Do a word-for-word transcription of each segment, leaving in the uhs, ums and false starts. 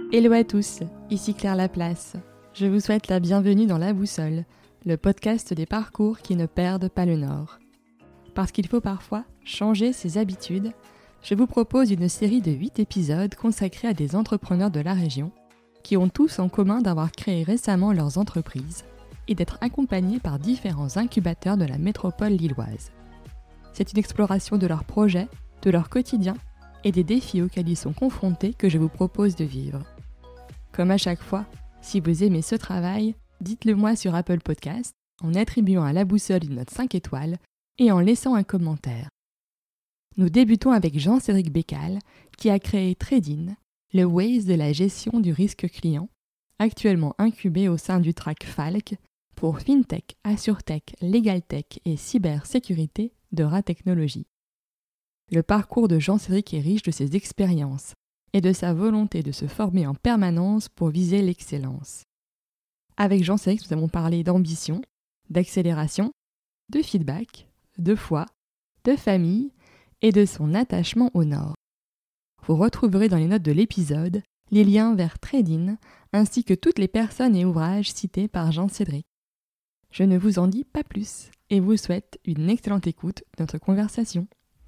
Hello à tous, ici Claire Laplace. Je vous souhaite la bienvenue dans La Boussole, le podcast des parcours qui ne perdent pas le nord. Parce qu'il faut parfois changer ses habitudes, je vous propose une série de huit épisodes consacrés à des entrepreneurs de la région qui ont tous en commun d'avoir créé récemment leurs entreprises et d'être accompagnés par différents incubateurs de la métropole lilloise. C'est une exploration de leurs projets, de leur quotidien et des défis auxquels ils sont confrontés que je vous propose de vivre. Comme à chaque fois, si vous aimez ce travail, dites-le moi sur Apple Podcast en attribuant à La Boussole une note cinq étoiles et en laissant un commentaire. Nous débutons avec Jean-Cédric Bécal qui a créé Tradin, le Waze de la gestion du risque client, actuellement incubé au sein du track Falk pour FinTech, AssureTech, LegalTech et cybersécurité de Ra Technologies. Le parcours de Jean-Cédric est riche de ses expériences et de sa volonté de se former en permanence pour viser l'excellence. Avec Jean-Cédric, nous avons parlé d'ambition, d'accélération, de feedback, de foi, de famille et de son attachement au Nord. Vous retrouverez dans les notes de l'épisode les liens vers Tradin ainsi que toutes les personnes et ouvrages cités par Jean-Cédric. Je ne vous en dis pas plus et vous souhaite une excellente écoute de notre conversation.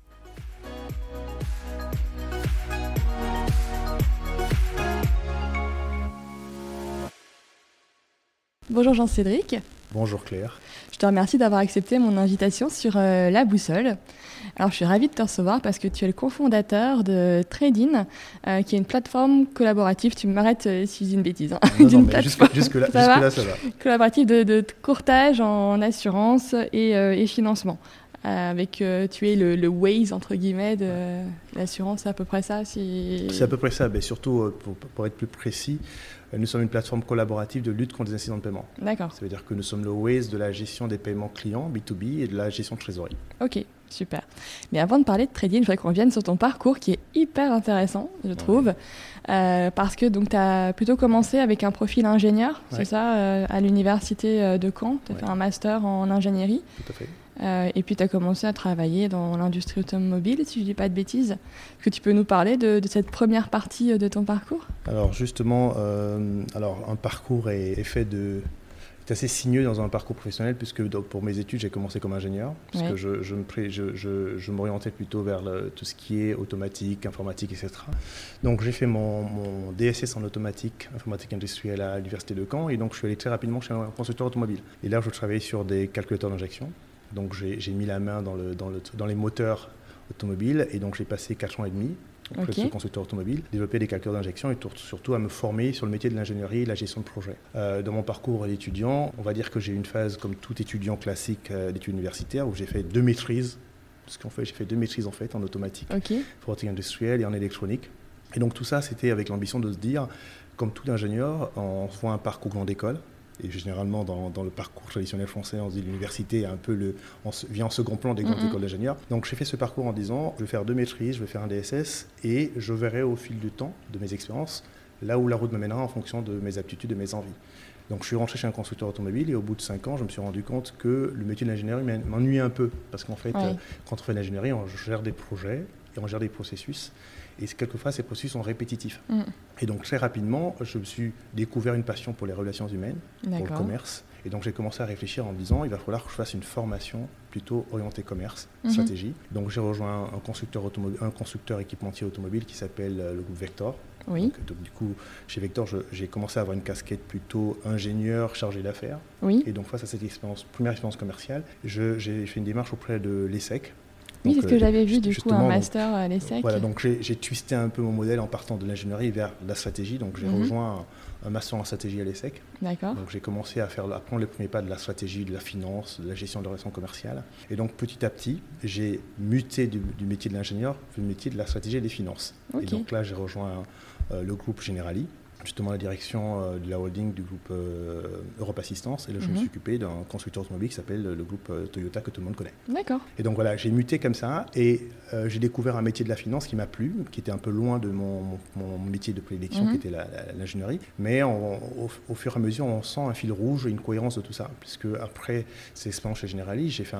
Bonjour Jean-Cédric. Bonjour Claire. Je te remercie d'avoir accepté mon invitation sur euh, La Boussole. Alors je suis ravie de te recevoir parce que tu es le cofondateur de Tradin, euh, qui est une plateforme collaborative, tu m'arrêtes euh, si je dis une bêtise. Hein. Non, non, mais jusque, jusque, là, ça, jusque va là ça va. Collaborative de, de courtage en assurance et, euh, et financement. Euh, avec, euh, tu es le, le Waze entre guillemets de l'assurance, c'est à peu près ça si... C'est à peu près ça, mais surtout pour, pour être plus précis, nous sommes une plateforme collaborative de lutte contre les incidents de paiement. D'accord. Ça veut dire que nous sommes le Waze de la gestion des paiements clients B deux B et de la gestion de trésorerie. Ok, super. Mais avant de parler de Tradin, je voudrais qu'on revienne sur ton parcours qui est hyper intéressant, je trouve, ouais. euh, parce que tu as plutôt commencé avec un profil ingénieur, ouais. c'est ça, euh, à l'université de Caen, tu as ouais. fait un master en ingénierie. Tout à fait. Euh, et puis tu as commencé à travailler dans l'industrie automobile, si je ne dis pas de bêtises. Est-ce que tu peux nous parler de, de cette première partie de ton parcours ? Alors justement, euh, alors un parcours est, est fait de... est assez sinueux dans un parcours professionnel puisque pour mes études, j'ai commencé comme ingénieur parce ouais. que je, je, me, je, je, je m'orientais plutôt vers le, tout ce qui est automatique, informatique, et cetera. Donc j'ai fait mon, mon D S S en automatique, informatique industrielle à l'université de Caen et donc je suis allé très rapidement chez un constructeur automobile. Et là, je travaillais sur des calculateurs d'injection. Donc j'ai, j'ai mis la main dans, le, dans, le, dans les moteurs automobiles et donc j'ai passé quatre ans et demi auprès okay. de ce constructeur automobile, développer des calculateurs d'injection et tout, surtout à me former sur le métier de l'ingénierie et la gestion de projet. Euh, dans mon parcours d'étudiant, on va dire que j'ai eu une phase comme tout étudiant classique euh, d'études universitaires où j'ai fait deux maîtrises, parce qu'en fait j'ai fait deux maîtrises en fait en automatique, okay. informatique industrielle et en électronique. Et donc tout ça c'était avec l'ambition de se dire, comme tout ingénieur, on voit un parcours grande école. Et généralement, dans, dans le parcours traditionnel français, on se dit l'université un peu le, on se, vient en second plan des grandes mm-hmm. écoles d'ingénieurs. Donc j'ai fait ce parcours en disant, je vais faire deux maîtrises, je vais faire un D S S, et je verrai au fil du temps, de mes expériences, là où la route me mènera en fonction de mes aptitudes et de mes envies. Donc je suis rentré chez un constructeur automobile, et au bout de cinq ans, je me suis rendu compte que le métier de l'ingénierie m'ennuyait un peu. Parce qu'en fait, ouais. euh, quand on fait de l'ingénierie, on gère des projets, et on gère des processus. Et quelquefois, ces processus sont répétitifs. Mm. Et donc, très rapidement, je me suis découvert une passion pour les relations humaines, D'accord. pour le commerce. Et donc, j'ai commencé à réfléchir en me disant, il va falloir que je fasse une formation plutôt orientée commerce, mm-hmm. stratégie. Donc, j'ai rejoint un constructeur, automo- un constructeur équipementier automobile qui s'appelle le groupe Vector. Oui. Donc, donc, du coup, chez Vector, je, j'ai commencé à avoir une casquette plutôt ingénieur chargé d'affaires. Oui. Et donc, face à cette expérience, première expérience commerciale, je, j'ai fait une démarche auprès de l'E S S E C. Oui, donc, c'est ce que j'avais vu, du coup, un master à l'E S S E C. Voilà, donc j'ai, j'ai twisté un peu mon modèle en partant de l'ingénierie vers la stratégie. Donc j'ai mm-hmm. rejoint un, un master en stratégie à l'E S S E C. D'accord. Donc j'ai commencé à, faire, à prendre les premiers pas de la stratégie, de la finance, de la gestion de relations commerciales. Et donc petit à petit, j'ai muté du, du métier de l'ingénieur vers le métier de la stratégie et des finances. Okay. Et donc là, j'ai rejoint euh, le groupe Generali, justement la direction euh, de la holding du groupe euh, Europe Assistance. Et là, je mm-hmm. me suis occupé d'un constructeur automobile qui s'appelle le groupe euh, Toyota, que tout le monde connaît. D'accord. Et donc voilà, j'ai muté comme ça et euh, j'ai découvert un métier de la finance qui m'a plu, qui était un peu loin de mon, mon, mon métier de prédilection, mm-hmm. qui était la, la, l'ingénierie. Mais on, au, au fur et à mesure, on sent un fil rouge et une cohérence de tout ça. Puisque après ces expériences chez Generali, j'ai fait un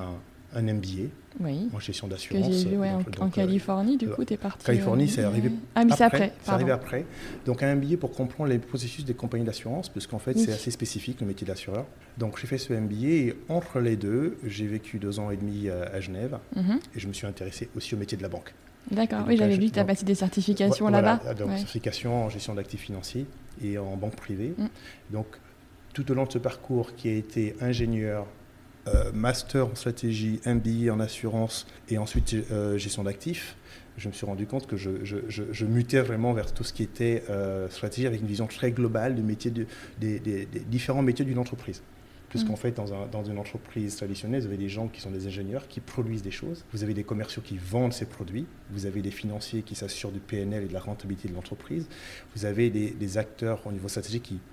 un M B A oui. en gestion d'assurance. Que j'ai vu ouais, donc, en, en donc, Californie, du euh, coup, tu es parti. Californie, euh, c'est arrivé ah, mais après. c'est après. C'est arrivé après. Donc un M B A pour comprendre les processus des compagnies d'assurance, parce qu'en fait, oui. c'est assez spécifique le métier d'assureur. Donc j'ai fait ce M B A et entre les deux, j'ai vécu deux ans et demi à, à Genève mm-hmm. et je me suis intéressé aussi au métier de la banque. D'accord, oui, j'avais vu que tu as passé des certifications voilà, là-bas. Donc ouais. certification en gestion d'actifs financiers et en banque privée. Mm. Donc tout au long de ce parcours qui a été ingénieur, euh, master en stratégie, M B A en assurance et ensuite euh, gestion d'actifs, je me suis rendu compte que je, je, je, je mutais vraiment vers tout ce qui était euh, stratégie avec une vision très globale de métiers de, des, des, des différents métiers d'une entreprise. Puisqu'en mmh. fait, dans, un, dans une entreprise traditionnelle, vous avez des gens qui sont des ingénieurs qui produisent des choses, vous avez des commerciaux qui vendent ces produits, vous avez des financiers qui s'assurent du P N L et de la rentabilité de l'entreprise, vous avez des, des acteurs au niveau stratégique qui,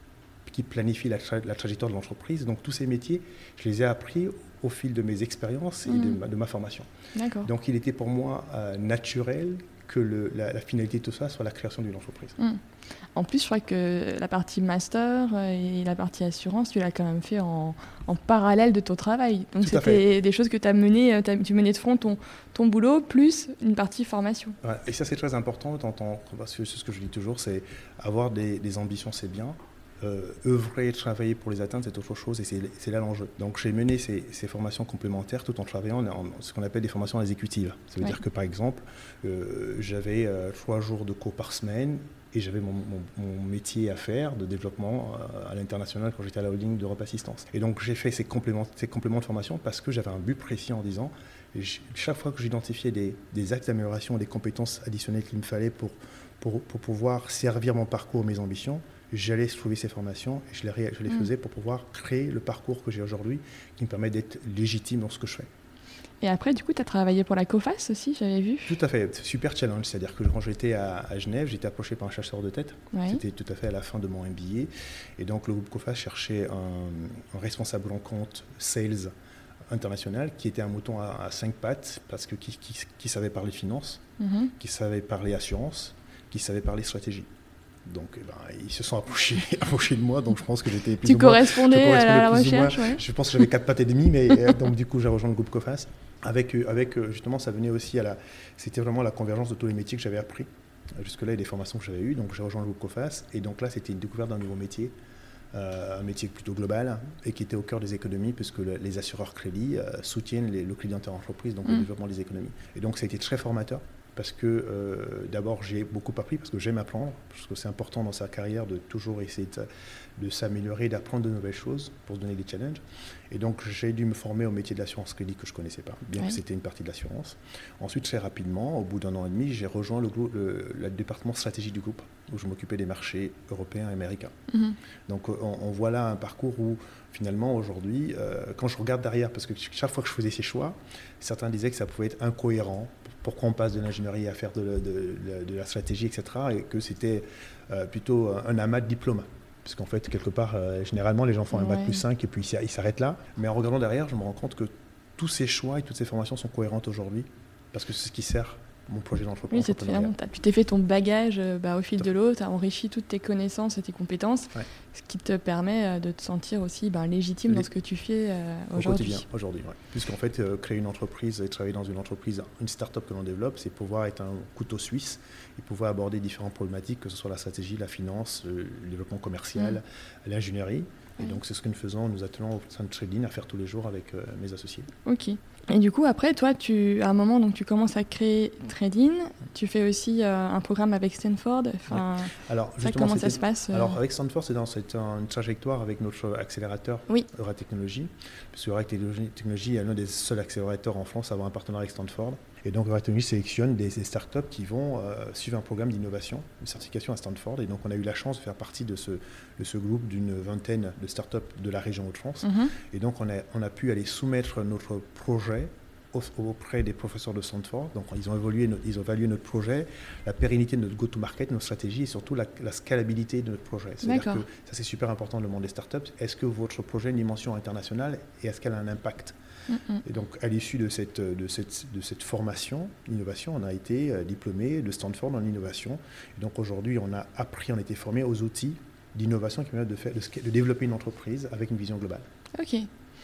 qui planifient la, tra- la trajectoire de l'entreprise. Donc tous ces métiers, je les ai appris au fil de mes expériences et mmh. de, ma, de ma formation. D'accord. Donc il était pour moi euh, naturel que le, la, la finalité de tout ça soit la création d'une entreprise. Mmh. En plus, je crois que la partie master et la partie assurance, tu l'as quand même fait en, en parallèle de ton travail. Donc, tout c'était des choses que tu as menées, t'as, tu menais de front ton, ton boulot, plus une partie formation. Ouais, et ça, c'est très important, parce que c'est ce que je dis toujours, c'est avoir des, des ambitions, c'est bien. Euh, œuvrer, travailler pour les atteindre, c'est autre chose et c'est, c'est là l'enjeu. Donc j'ai mené ces, ces formations complémentaires tout en travaillant en, en ce qu'on appelle des formations exécutives. Ça veut ouais. dire que par exemple, euh, j'avais euh, trois jours de cours par semaine et j'avais mon, mon, mon métier à faire de développement euh, à l'international quand j'étais à la holding d'Europe Assistance. Et donc j'ai fait ces compléments, ces compléments de formation parce que j'avais un but précis en disant, chaque fois que j'identifiais des, des axes d'amélioration, des compétences additionnelles qu'il me fallait pour, pour, pour pouvoir servir mon parcours, mes ambitions, j'allais trouver ces formations et je les, ré- je les mmh. faisais pour pouvoir créer le parcours que j'ai aujourd'hui qui me permet d'être légitime dans ce que je fais. Et après, du coup, tu as travaillé pour la COFAS aussi, j'avais vu. Tout à fait, super challenge. C'est-à-dire que quand j'étais à, à Genève, j'étais approché par un chasseur de tête. Ouais. C'était tout à fait à la fin de mon M B A. Et donc, le groupe COFAS cherchait un, un responsable en compte sales international qui était un mouton à, à cinq pattes parce que qui, qui, qui savait parler finance, mmh. qui savait parler assurance, qui savait parler stratégie. Donc, eh ben, ils se sont approchés, approchés de moi, donc je pense que j'étais plus tu ou correspondais moins, à la plus recherche, moins, ouais. Je pense que j'avais quatre pattes et demie, mais donc du coup, j'ai rejoint le groupe COFAS. Avec, avec justement, ça venait aussi à la, c'était vraiment la convergence de tous les métiers que j'avais appris jusque-là et des formations que j'avais eues. Donc, j'ai rejoint le groupe COFAS, et donc là, c'était une découverte d'un nouveau métier, euh, un métier plutôt global et qui était au cœur des économies, puisque le, les assureurs crédits euh, soutiennent les, le crédit inter-entreprise, donc mmh. le développement des économies. Et donc, ça a été très formateur. Parce que euh, d'abord j'ai beaucoup appris, parce que j'aime apprendre, parce que c'est important dans sa carrière de toujours essayer de, de s'améliorer, d'apprendre de nouvelles choses pour se donner des challenges. Et donc j'ai dû me former au métier de l'assurance crédit que je ne connaissais pas, bien ouais. que c'était une partie de l'assurance. Ensuite, très rapidement, au bout d'un an et demi, j'ai rejoint le, groupe, le, le département stratégie du groupe, où je m'occupais des marchés européens et américains. Mm-hmm. Donc on, on voit là un parcours où finalement aujourd'hui, euh, quand je regarde derrière, parce que chaque fois que je faisais ces choix, certains disaient que ça pouvait être incohérent. Pourquoi on passe de l'ingénierie à faire de, de, de, de la stratégie, et cetera. Et que c'était euh, plutôt un amas de diplômes. Parce qu'en fait, quelque part, euh, généralement, les gens font un ouais. bac plus cinq et puis ils s'arrêtent là. Mais en regardant derrière, je me rends compte que tous ces choix et toutes ces formations sont cohérentes aujourd'hui. Parce que c'est ce qui sert mon projet d'entreprise. Oui, c'est finalement, tu t'es fait ton bagage bah, au fil de l'eau, tu as enrichi toutes tes connaissances et tes compétences, ouais. ce qui te permet euh, de te sentir aussi bah, légitime Les... dans ce que tu fais euh, aujourd'hui. Au quotidien, aujourd'hui, ouais. Puisqu'en fait, euh, créer une entreprise et travailler dans une entreprise, une start-up que l'on développe, c'est pouvoir être un couteau suisse et pouvoir aborder différentes problématiques, que ce soit la stratégie, la finance, le développement commercial, mmh. l'ingénierie. Et ouais. donc, c'est ce que nous faisons, nous attelons au sein de Trading à faire tous les jours avec euh, mes associés. Ok. Et du coup, après, toi, tu, à un moment, donc, tu commences à créer Trading. Tu fais aussi euh, un programme avec Stanford. Enfin, ouais. Alors, ça, comment ça se passe euh... Alors, avec Stanford, c'est, dans, c'est une trajectoire avec notre accélérateur oui. Euratechnologie. Parce que Euratechnologie est l'un des seuls accélérateurs en France à avoir un partenariat avec Stanford. Et donc, Euratechnologie sélectionne des, des startups qui vont euh, suivre un programme d'innovation, une certification à Stanford. Et donc, on a eu la chance de faire partie de ce, de ce groupe d'une vingtaine de startups de la région Hauts-de-France. Mm-hmm. Et donc, on a, on a pu aller soumettre notre projet auprès des professeurs de Stanford. Donc, ils ont, évolué, ils ont évalué notre projet, la pérennité de notre go-to-market, notre stratégie et surtout la, la scalabilité de notre projet. C'est-à-dire D'accord. que ça, c'est super important dans le monde des startups. Est-ce que votre projet a une dimension internationale et est-ce qu'elle a un impact ? Mm-hmm. Et donc, à l'issue de cette, de cette, de cette formation, l'innovation, on a été euh, diplômé de Stanford en innovation. Et donc, aujourd'hui, on a appris, on a été formé aux outils d'innovation qui permettent de, faire, de, de développer une entreprise avec une vision globale. Ok.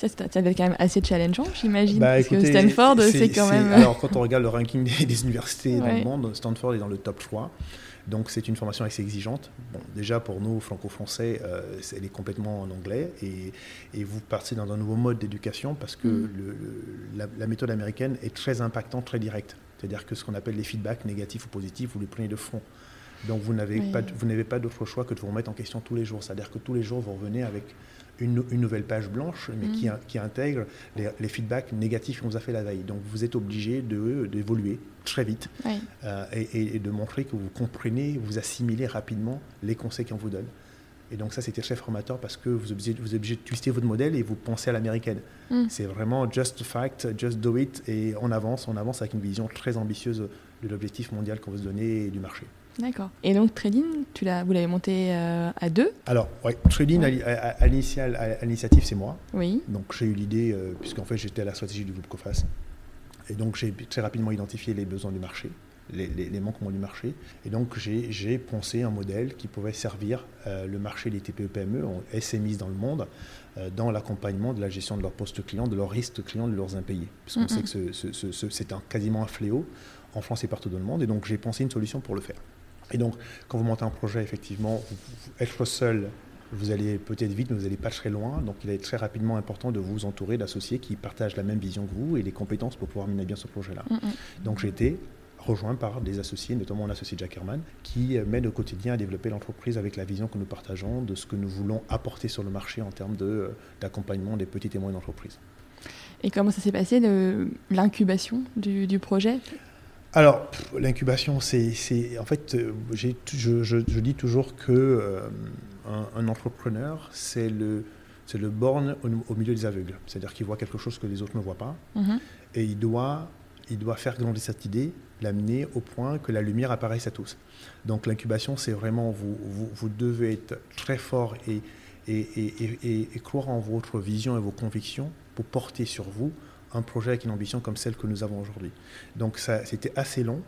Ça, ça devait être quand même assez challengeant, j'imagine. Bah, parce écoutez, que Stanford, c'est, c'est quand c'est, même... Alors, quand on regarde le ranking des, des universités ouais. dans le monde, Stanford est dans le top trois. Donc, c'est une formation assez exigeante. Bon, déjà, pour nous, franco-français, euh, elle est complètement en anglais. Et, et vous partez dans un nouveau mode d'éducation parce que mm. le, le, la, la méthode américaine est très impactante, très directe. C'est-à-dire que ce qu'on appelle les feedbacks négatifs ou positifs, vous les prenez de front. Donc, vous n'avez, oui. pas, vous n'avez pas d'autre choix que de vous remettre en question tous les jours. C'est-à-dire que tous les jours, vous revenez avec une, une nouvelle page blanche, mais mmh. qui, qui intègre les, les feedbacks négatifs qu'on vous a fait la veille. Donc, vous êtes obligé de, d'évoluer très vite oui. euh, et, et de montrer que vous comprenez, vous assimilez rapidement les conseils qu'on vous donne. Et donc, ça, c'était très formateur parce que vous êtes obligé, vous êtes obligé de twister votre modèle et vous pensez à l'américaine. Mmh. C'est vraiment just fact, just do it, et on avance, on avance avec une vision très ambitieuse de l'objectif mondial qu'on veut se donner et du marché. D'accord. Et donc, Tradin, tu l'as, vous l'avez monté euh, à deux ? Alors, oui, Tradin, ouais. à, à, à, l'initial, à, à l'initiative, c'est moi. Oui. Donc, j'ai eu l'idée, euh, puisqu'en fait, j'étais à la stratégie du groupe Coface. Et donc, j'ai très rapidement identifié les besoins du marché, les, les, les manquements du marché. Et donc, j'ai, j'ai pensé un modèle qui pouvait servir euh, le marché des T P E P M E, en S M I dans le monde, euh, dans l'accompagnement de la gestion de leurs postes clients, de leurs risques clients, de leurs impayés. Parce qu'on mm-hmm. sait que ce, ce, ce, c'est un, quasiment un fléau en France et partout dans le monde. Et donc, j'ai pensé une solution pour le faire. Et donc, quand vous montez un projet, effectivement, vous, vous, être seul, vous allez peut-être vite, mais vous n'allez pas très loin. Donc, il est très rapidement important de vous entourer d'associés qui partagent la même vision que vous et les compétences pour pouvoir mener bien ce projet-là. Mm-hmm. Donc, j'ai été rejoint par des associés, notamment mon associé Jack Herman, qui m'aide au quotidien à développer l'entreprise avec la vision que nous partageons de ce que nous voulons apporter sur le marché en termes de, d'accompagnement des petites et moyennes entreprises. Et comment ça s'est passé, de l'incubation du, du projet ? Alors, pff, l'incubation, c'est, c'est en fait, euh, j'ai, je, je, je dis toujours que euh, un, un entrepreneur, c'est le, c'est le borgne au, au milieu des aveugles. C'est-à-dire qu'il voit quelque chose que les autres ne voient pas, mm-hmm. et il doit, il doit faire grandir cette idée, l'amener au point que la lumière apparaisse à tous. Donc, l'incubation, c'est vraiment, vous, vous, vous devez être très fort et, et, et, et, et croire en votre vision et vos convictions pour porter sur vous un projet avec une ambition comme celle que nous avons aujourd'hui. Donc ça, c'était assez long,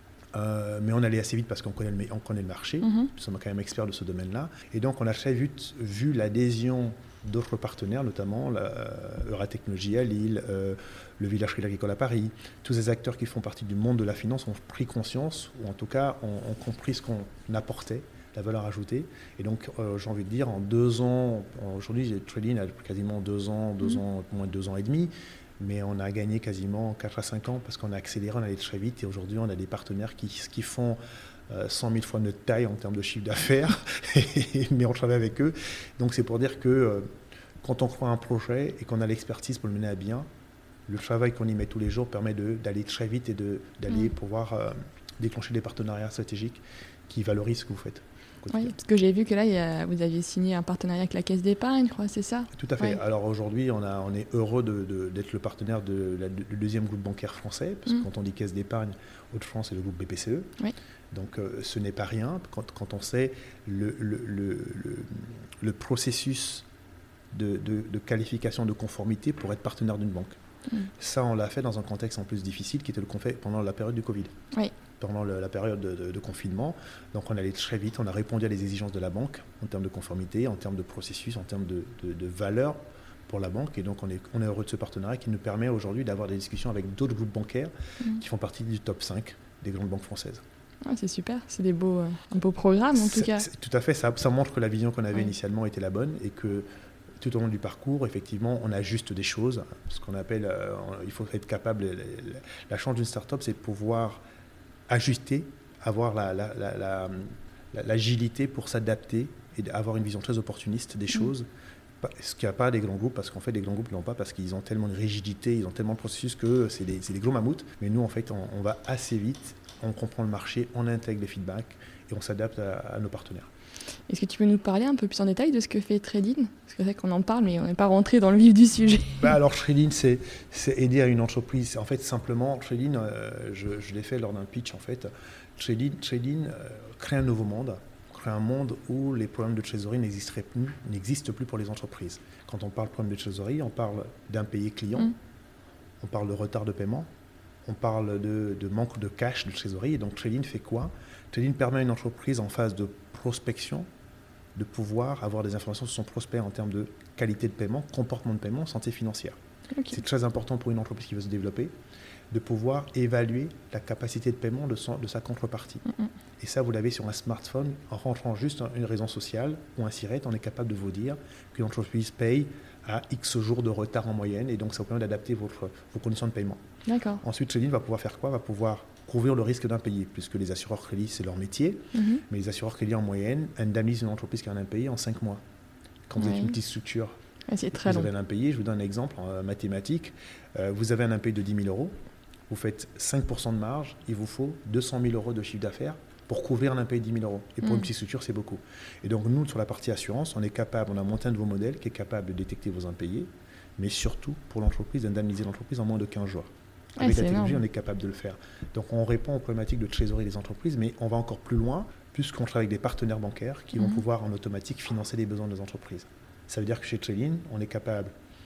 euh, mais on allait assez vite parce qu'on connaît le, on connaît le marché, mm-hmm. nous sommes quand même experts de ce domaine-là. Et donc on a très vite vu l'adhésion d'autres partenaires, notamment la, euh, Euratechnologie à Lille, euh, le Village Crédit Agricole à Paris. Tous ces acteurs qui font partie du monde de la finance ont pris conscience, ou en tout cas ont, ont compris ce qu'on apportait, la valeur ajoutée. Et donc, euh, j'ai envie de dire, en deux ans, aujourd'hui, Tradin a quasiment deux ans, deux mm-hmm. ans, moins de deux ans et demi, mais on a gagné quasiment quatre à cinq ans parce qu'on a accéléré, on allait très vite et aujourd'hui on a des partenaires qui, qui font euh, cent mille fois notre taille en termes de chiffre d'affaires, mais on travaille avec eux. Donc c'est pour dire que euh, quand on croit à un projet et qu'on a l'expertise pour le mener à bien, le travail qu'on y met tous les jours permet de, d'aller très vite et de, d'aller mmh. pouvoir euh, déclencher des partenariats stratégiques qui valorisent ce que vous faites. Oui, parce que j'ai vu que là, il y a, vous aviez signé un partenariat avec la Caisse d'épargne, je crois, c'est ça ? Tout à fait. Oui. Alors aujourd'hui, on, a, on est heureux de, de, d'être le partenaire de la, du deuxième groupe bancaire français, parce que mmh. quand on dit Caisse d'épargne, Hauts-de-France, c'est le groupe B P C E. Oui. Donc euh, ce n'est pas rien quand, quand on sait le, le, le, le, le processus de, de, de qualification de conformité pour être partenaire d'une banque. Mmh. Ça, on l'a fait dans un contexte en plus difficile, qui était le fait pendant la période du Covid. Oui. Pendant le, la période de, de, de confinement. Donc on allait très vite, on a répondu à les exigences de la banque en termes de conformité, en termes de processus, en termes de, de, de valeur pour la banque. Et donc on est, on est heureux de ce partenariat qui nous permet aujourd'hui d'avoir des discussions avec d'autres groupes bancaires mmh. qui font partie du top cinq des grandes banques françaises. Ah, c'est super, c'est des beaux, un beau programme en tout c'est, cas. C'est, tout à fait, ça, ça montre que la vision qu'on avait oui. initialement était la bonne et que tout au long du parcours, effectivement, on ajuste des choses. Ce qu'on appelle, euh, il faut être capable, la, la, la chance d'une start-up, c'est de pouvoir ajuster, avoir la, la, la, la, la, l'agilité pour s'adapter et avoir une vision très opportuniste des choses, mmh. ce qu'il n'y a pas des grands groupes, parce qu'en fait, les grands groupes ne l'ont pas, parce qu'ils ont tellement de rigidité, ils ont tellement de processus que c'est des, c'est des gros mammouths. Mais nous, en fait, on, on va assez vite, on comprend le marché, on intègre les feedbacks et on s'adapte à, à nos partenaires. Est-ce que tu peux nous parler un peu plus en détail de ce que fait Tradin ? Parce que c'est vrai qu'on en parle, mais on n'est pas rentré dans le vif du sujet. Bah alors, Tradin, c'est, c'est aider à une entreprise. En fait, simplement, Tradin, euh, je, je l'ai fait lors d'un pitch, en fait. Tradin, Tradin euh, crée un nouveau monde, crée un monde où les problèmes de trésorerie n'existeraient plus, n'existent plus pour les entreprises. Quand on parle de problème de trésorerie, on parle d'impayés clients, mmh. on parle de retard de paiement, on parle de, de manque de cash, de trésorerie. Et donc, Tradin fait quoi ? Tradin permet à une entreprise en phase de prospection de pouvoir avoir des informations sur son prospect en termes de qualité de paiement, comportement de paiement, santé financière. Okay. C'est très important pour une entreprise qui veut se développer de pouvoir évaluer la capacité de paiement de, son, de sa contrepartie. Mm-hmm. Et ça, vous l'avez sur un smartphone. En rentrant juste une raison sociale ou un SIRET, on est capable de vous dire qu'une entreprise paye à X jours de retard en moyenne, et donc ça vous permet d'adapter votre, vos conditions de paiement. D'accord. Ensuite, Trading va pouvoir faire quoi? Va pouvoir couvrir le risque d'impayé, puisque les assureurs crédits, c'est leur métier, mm-hmm. mais les assureurs crédits, en moyenne, indemnisent une entreprise qui a un impayé en cinq mois. Quand vous ouais. êtes une petite structure, ouais, c'est très vous long. avez un impayé, je vous donne un exemple en mathématiques, euh, vous avez un impayé de dix mille euros, vous faites cinq pour cent de marge, il vous faut deux cent mille euros de chiffre d'affaires pour couvrir un impayé de dix mille euros. Et pour mmh. une petite structure, c'est beaucoup. Et donc, nous, sur la partie assurance, on est capable, on a monté un nouveau modèle qui est capable de détecter vos impayés, mais surtout, pour l'entreprise, d'indemniser l'entreprise en moins de quinze jours. Ah, Avec la technologie, énorme. On est capable de le faire. Donc, on répond aux problématiques de trésorerie des entreprises, mais on va encore plus loin, puisqu'on travaille avec des partenaires bancaires qui mmh. vont pouvoir, en automatique, financer les besoins des entreprises. Ça veut dire que chez Trading, on est capable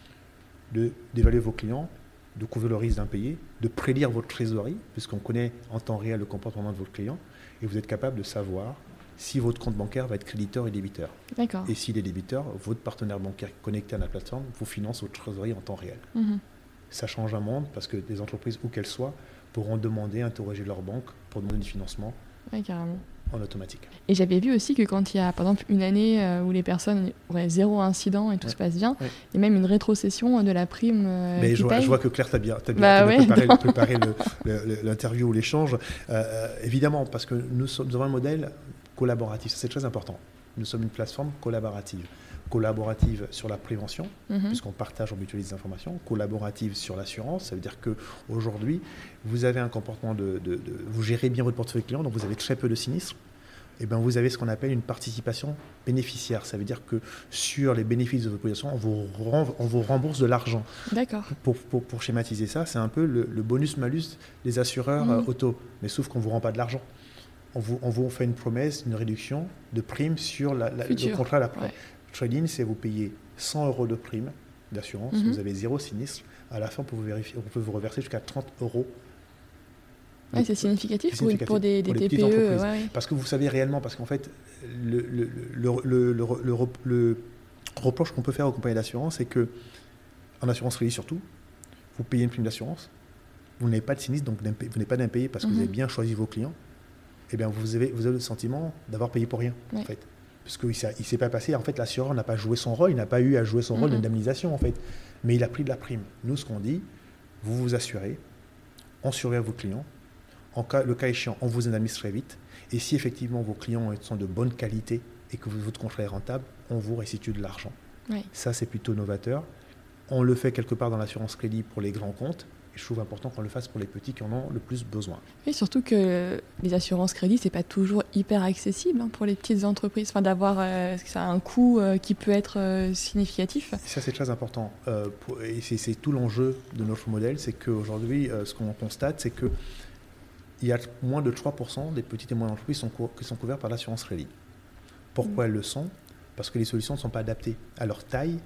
de, d'évaluer vos clients, de couvrir le risque d'impayé, de prédire votre trésorerie, puisqu'on connaît en temps réel le comportement de votre client, et vous êtes capable de savoir si votre compte bancaire va être créditeur et débiteur. D'accord. Et s'il est débiteur, votre partenaire bancaire connecté à la plateforme vous finance votre trésorerie en temps réel. Mm-hmm. Ça change un monde, parce que des entreprises, où qu'elles soient, pourront demander, interroger leur banque pour demander du financement. Oui, carrément. En automatique. Et j'avais vu aussi que quand il y a, par exemple, une année euh, où les personnes auraient zéro incident et tout ouais. se passe bien, ouais. il y a même une rétrocession de la prime euh, Mais qui je, vois, paye. je vois que Claire, tu as bien, t'as bien, bah t'as ouais, bien préparé, préparé le, le, l'interview ou l'échange. Euh, évidemment, parce que nous, sommes, nous avons un modèle collaboratif, ça c'est très important. Nous sommes une plateforme collaborative. Collaborative sur la prévention, mm-hmm. puisqu'on partage, on mutualise des informations. Collaborative sur l'assurance, ça veut dire qu'aujourd'hui, vous avez un comportement de, de, de... Vous gérez bien votre portefeuille client, donc vous avez très peu de sinistres. Eh bien, vous avez ce qu'on appelle une participation bénéficiaire. Ça veut dire que sur les bénéfices de votre position, on vous, rem- on vous rembourse de l'argent. D'accord. Pour, pour, pour schématiser ça, c'est un peu le, le bonus-malus des assureurs mmh. euh, auto. Mais sauf qu'on ne vous rend pas de l'argent. On vous, on vous fait une promesse, une réduction de prime sur la, la, le contrat. La ouais. Trading, c'est vous payer cent euros de prime d'assurance. Mmh. Vous avez zéro sinistre. À la fin, on peut vous, vérifier, on peut vous reverser jusqu'à trente euros. Ouais, c'est significatif, c'est significatif pour, des, des pour T P E. Ouais, ouais. Parce que vous savez réellement, parce qu'en fait, le, le, le, le, le, le, le reproche qu'on peut faire aux compagnies d'assurance, c'est qu'en assurance crédit surtout, vous payez une prime d'assurance, vous n'avez pas de sinistre, donc vous n'avez pas d'impayé parce que mm-hmm. vous avez bien choisi vos clients, et bien vous avez, vous avez le sentiment d'avoir payé pour rien, ouais. en fait. Parce qu'il ne s'est pas passé, en fait, l'assureur n'a pas joué son rôle, il n'a pas eu à jouer son mm-hmm. rôle d'indemnisation, en fait. Mais il a pris de la prime. Nous, ce qu'on dit, vous vous assurez, on surveille vos clients. En cas, le cas échéant, on vous indemnise très vite. Et si effectivement vos clients sont de bonne qualité et que votre contrat est rentable, on vous restitue de l'argent. Oui. Ça, c'est plutôt novateur. On le fait quelque part dans l'assurance crédit pour les grands comptes. Et je trouve important qu'on le fasse pour les petits qui en ont le plus besoin. Oui, surtout que les assurances crédit, ce n'est pas toujours hyper accessible hein, pour les petites entreprises. Enfin, d'avoir, euh, ça a un coût euh, qui peut être euh, significatif. Et ça, c'est très important. Euh, pour, et c'est, c'est tout l'enjeu de notre modèle. C'est qu'aujourd'hui, euh, ce qu'on constate, c'est que il y a moins de trois pour cent des petites et moyennes entreprises sont cou- qui sont couvertes par l'assurance crédit. Pourquoi mmh. elles le sont ? Parce que les solutions ne sont pas adaptées à leur taille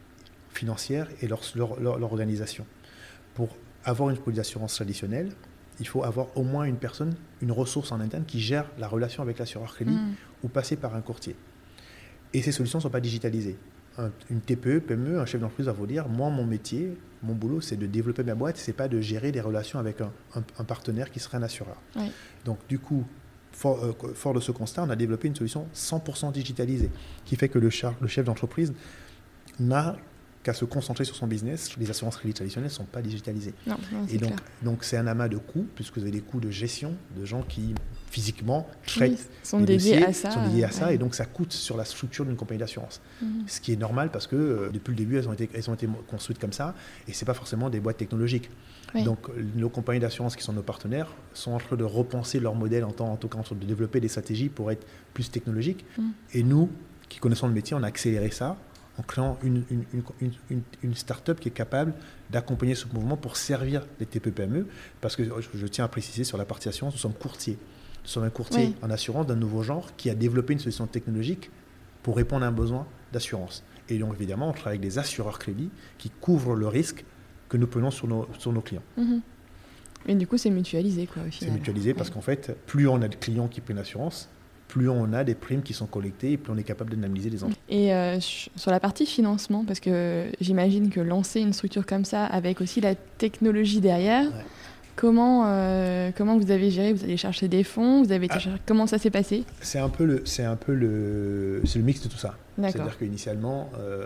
financière et leur, leur, leur, leur organisation. Pour avoir une police d'assurance traditionnelle, il faut avoir au moins une personne, une ressource en interne qui gère la relation avec l'assureur crédit mmh. ou passer par un courtier. Et ces solutions ne sont pas digitalisées. Un, une T P E, P M E, un chef d'entreprise va vous dire, moi, mon métier, mon boulot, c'est de développer ma boîte, c'est pas de gérer des relations avec un, un, un partenaire qui serait un assureur. Oui. Donc, du coup, fort, euh, fort de ce constat, on a développé une solution cent pour cent digitalisée, qui fait que le, char, le chef d'entreprise n'a qu'à se concentrer sur son business. Les assurances crédit traditionnelles ne sont pas digitalisées. Non, non, c'est Et donc, clair. donc, c'est un amas de coûts, puisque vous avez des coûts de gestion de gens qui, physiquement, traitent oui, sont dédiés à ça. Sont dédiés à ça ouais. Et donc, ça coûte sur la structure d'une compagnie d'assurance. Mmh. Ce qui est normal parce que, euh, depuis le début, elles ont, été, elles ont été construites comme ça, et ce n'est pas forcément des boîtes technologiques. Oui. Donc, nos compagnies d'assurance qui sont nos partenaires sont en train de repenser leur modèle, en, temps, en tout cas, en train de développer des stratégies pour être plus technologiques. Mmh. Et nous, qui connaissons le métier, on a accéléré ça en créant une, une, une, une, une start-up qui est capable d'accompagner ce mouvement pour servir les T P E P M E, parce que je, je tiens à préciser sur la partie assurance, nous sommes courtiers. Nous sommes un courtier oui. en assurance d'un nouveau genre qui a développé une solution technologique pour répondre à un besoin d'assurance. Et donc évidemment, on travaille avec des assureurs crédits qui couvrent le risque que nous prenons sur nos, sur nos clients. Mmh. Et du coup, c'est mutualisé quoi, au final. C'est mutualisé oui. parce qu'en fait, plus on a de clients qui prennent l'assurance, plus on a des primes qui sont collectées et plus on est capable d'analyser les enjeux. Et euh, sur la partie financement, parce que j'imagine que lancer une structure comme ça avec aussi la technologie derrière, ouais. comment, euh, comment vous avez géré? Vous allez chercher des fonds, vous avez ah, chercher... comment ça s'est passé? C'est un peu le, c'est un peu le, c'est le mix de tout ça. D'accord. C'est-à-dire qu'initialement, euh,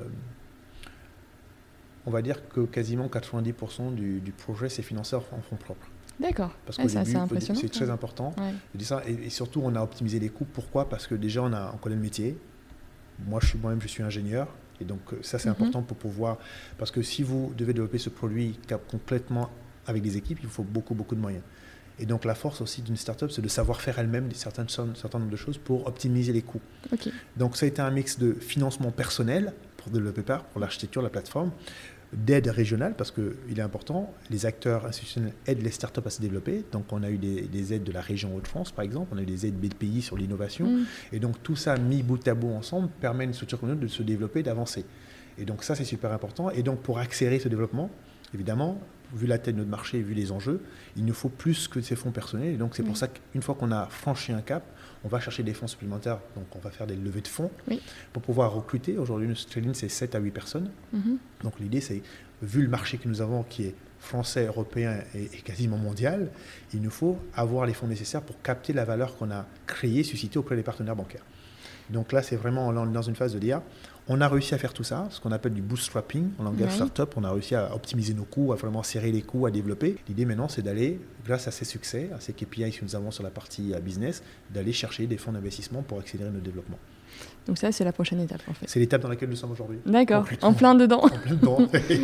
on va dire que quasiment quatre-vingt-dix pour cent du, du projet c'est financé en fonds propres. D'accord. Parce ouais, que c'est impressionnant. C'est très important. Ouais. Je dis ça, et, et surtout, on a optimisé les coûts. Pourquoi? Parce que déjà, on, a, on connaît le métier. Moi, je suis, moi-même, je suis ingénieur. Et donc, ça, c'est mm-hmm. important pour pouvoir... Parce que si vous devez développer ce produit complètement avec des équipes, il vous faut beaucoup, beaucoup de moyens. Et donc, la force aussi d'une start-up, c'est de savoir faire elle-même un certain, certain nombre de choses pour optimiser les coûts. Okay. Donc, ça a été un mix de financement personnel pour développer par, pour l'architecture, la plateforme, d'aide régionale, parce qu'il est important, les acteurs institutionnels aident les startups à se développer. Donc, on a eu des, des aides de la région Hauts-de-France, par exemple, on a eu des aides B P I sur l'innovation. Mmh. Et donc, tout ça, mis bout à bout ensemble, permet à une structure communautaire de se développer, d'avancer. Et donc, ça, c'est super important. Et donc, pour accélérer ce développement, évidemment, vu la taille de notre marché et vu les enjeux, il nous faut plus que ces fonds personnels. Et donc, c'est mmh. pour ça qu'une fois qu'on a franchi un cap, on va chercher des fonds supplémentaires, donc on va faire des levées de fonds oui. pour pouvoir recruter. Aujourd'hui, notre training, c'est sept à huit personnes. Mm-hmm. Donc l'idée, c'est, vu le marché que nous avons, qui est français, européen et, et quasiment mondial, il nous faut avoir les fonds nécessaires pour capter la valeur qu'on a créée, suscitée auprès des partenaires bancaires. Donc là, c'est vraiment, on est dans une phase de dire, on a réussi à faire tout ça, ce qu'on appelle du bootstrapping en langage oui. startup. On a réussi à optimiser nos coûts, à vraiment serrer les coûts, à développer. L'idée maintenant, c'est d'aller, grâce à ces succès, à ces K P I que nous avons sur la partie business, d'aller chercher des fonds d'investissement pour accélérer notre développement. Donc ça, c'est la prochaine étape en fait. C'est l'étape dans laquelle nous sommes aujourd'hui. D'accord, en plein dedans. En plein dedans.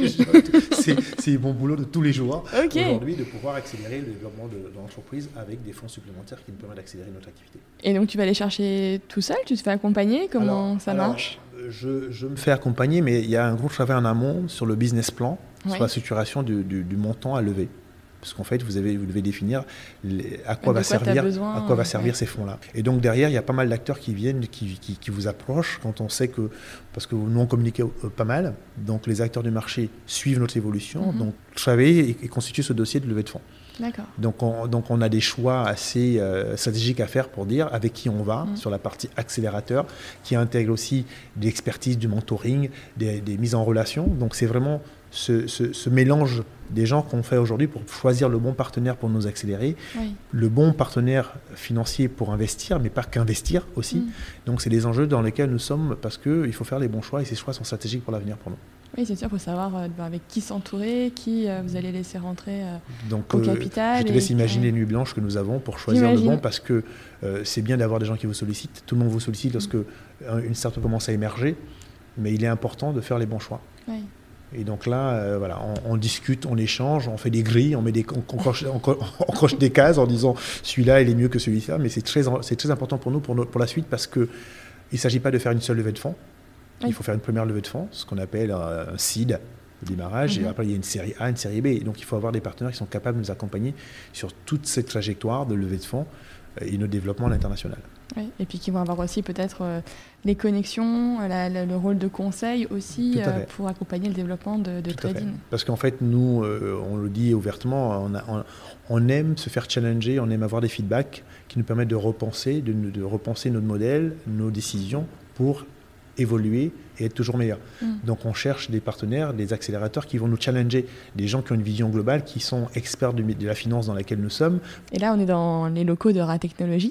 c'est, c'est mon boulot de tous les jours okay. aujourd'hui de pouvoir accélérer le développement de, de l'entreprise avec des fonds supplémentaires qui nous permettent d'accélérer notre activité. Et donc tu vas aller chercher tout seul? Tu te fais accompagner? Comment alors, ça alors, marche? je, je me fais accompagner, mais il y a un gros travail en amont sur le business plan, ouais. sur la structuration du, du, du montant à lever. Parce qu'en fait, vous, avez, vous devez définir les, à quoi, va, quoi, servir, besoin, à quoi va servir ouais. ces fonds-là. Et donc derrière, il y a pas mal d'acteurs qui viennent, qui, qui, qui vous approchent quand on sait que, parce que nous on communique euh, pas mal, donc les acteurs du marché suivent notre évolution, mm-hmm. donc travailler et, et constituer ce dossier de levée de fonds. D'accord. Donc on, donc on a des choix assez euh, stratégiques à faire pour dire avec qui on va mm. sur la partie accélérateur, qui intègre aussi de l'expertise, du mentoring, des, des mises en relation. Donc c'est vraiment ce, ce, ce mélange des gens qu'on fait aujourd'hui pour choisir le bon partenaire pour nous accélérer, oui. le bon partenaire financier pour investir, mais pas qu'investir aussi. Mm. Donc c'est des enjeux dans lesquels nous sommes parce qu'il faut faire les bons choix et ces choix sont stratégiques pour l'avenir pour nous. Oui, c'est sûr, il faut savoir euh, avec qui s'entourer, qui euh, vous allez laisser rentrer euh, Donc, au capital. Euh, je te laisse et... imaginer les nuits blanches que nous avons pour choisir J'imagine. le bon, parce que euh, c'est bien d'avoir des gens qui vous sollicitent. Tout le monde vous sollicite lorsque mmh. une startup commence à émerger, mais il est important de faire les bons choix. Oui. Et donc là, euh, voilà, on, on discute, on échange, on fait des grilles, on, met des, on, on, coche, on, on coche des cases en disant celui-là, il est mieux que celui-là, mais c'est très, c'est très important pour nous, pour, notre, pour la suite, parce qu'il ne s'agit pas de faire une seule levée de fonds. Il faut faire une première levée de fonds, ce qu'on appelle un seed, le démarrage, mm-hmm. et après il y a une série A, une série B. Et donc il faut avoir des partenaires qui sont capables de nous accompagner sur toute cette trajectoire de levée de fonds et notre développement à l'international. Oui, et puis qui vont avoir aussi peut-être euh, les connexions, la, la, le rôle de conseil aussi euh, pour accompagner le développement de, de trading. Parce qu'en fait, nous, euh, on le dit ouvertement, on, a, on, on aime se faire challenger, on aime avoir des feedbacks qui nous permettent de repenser, de, de repenser notre modèle, nos décisions pour évoluer et être toujours meilleur. Mm. Donc on cherche des partenaires, des accélérateurs qui vont nous challenger, des gens qui ont une vision globale, qui sont experts de, de la finance dans laquelle nous sommes. Et là, on est dans les locaux de Ratechnologie.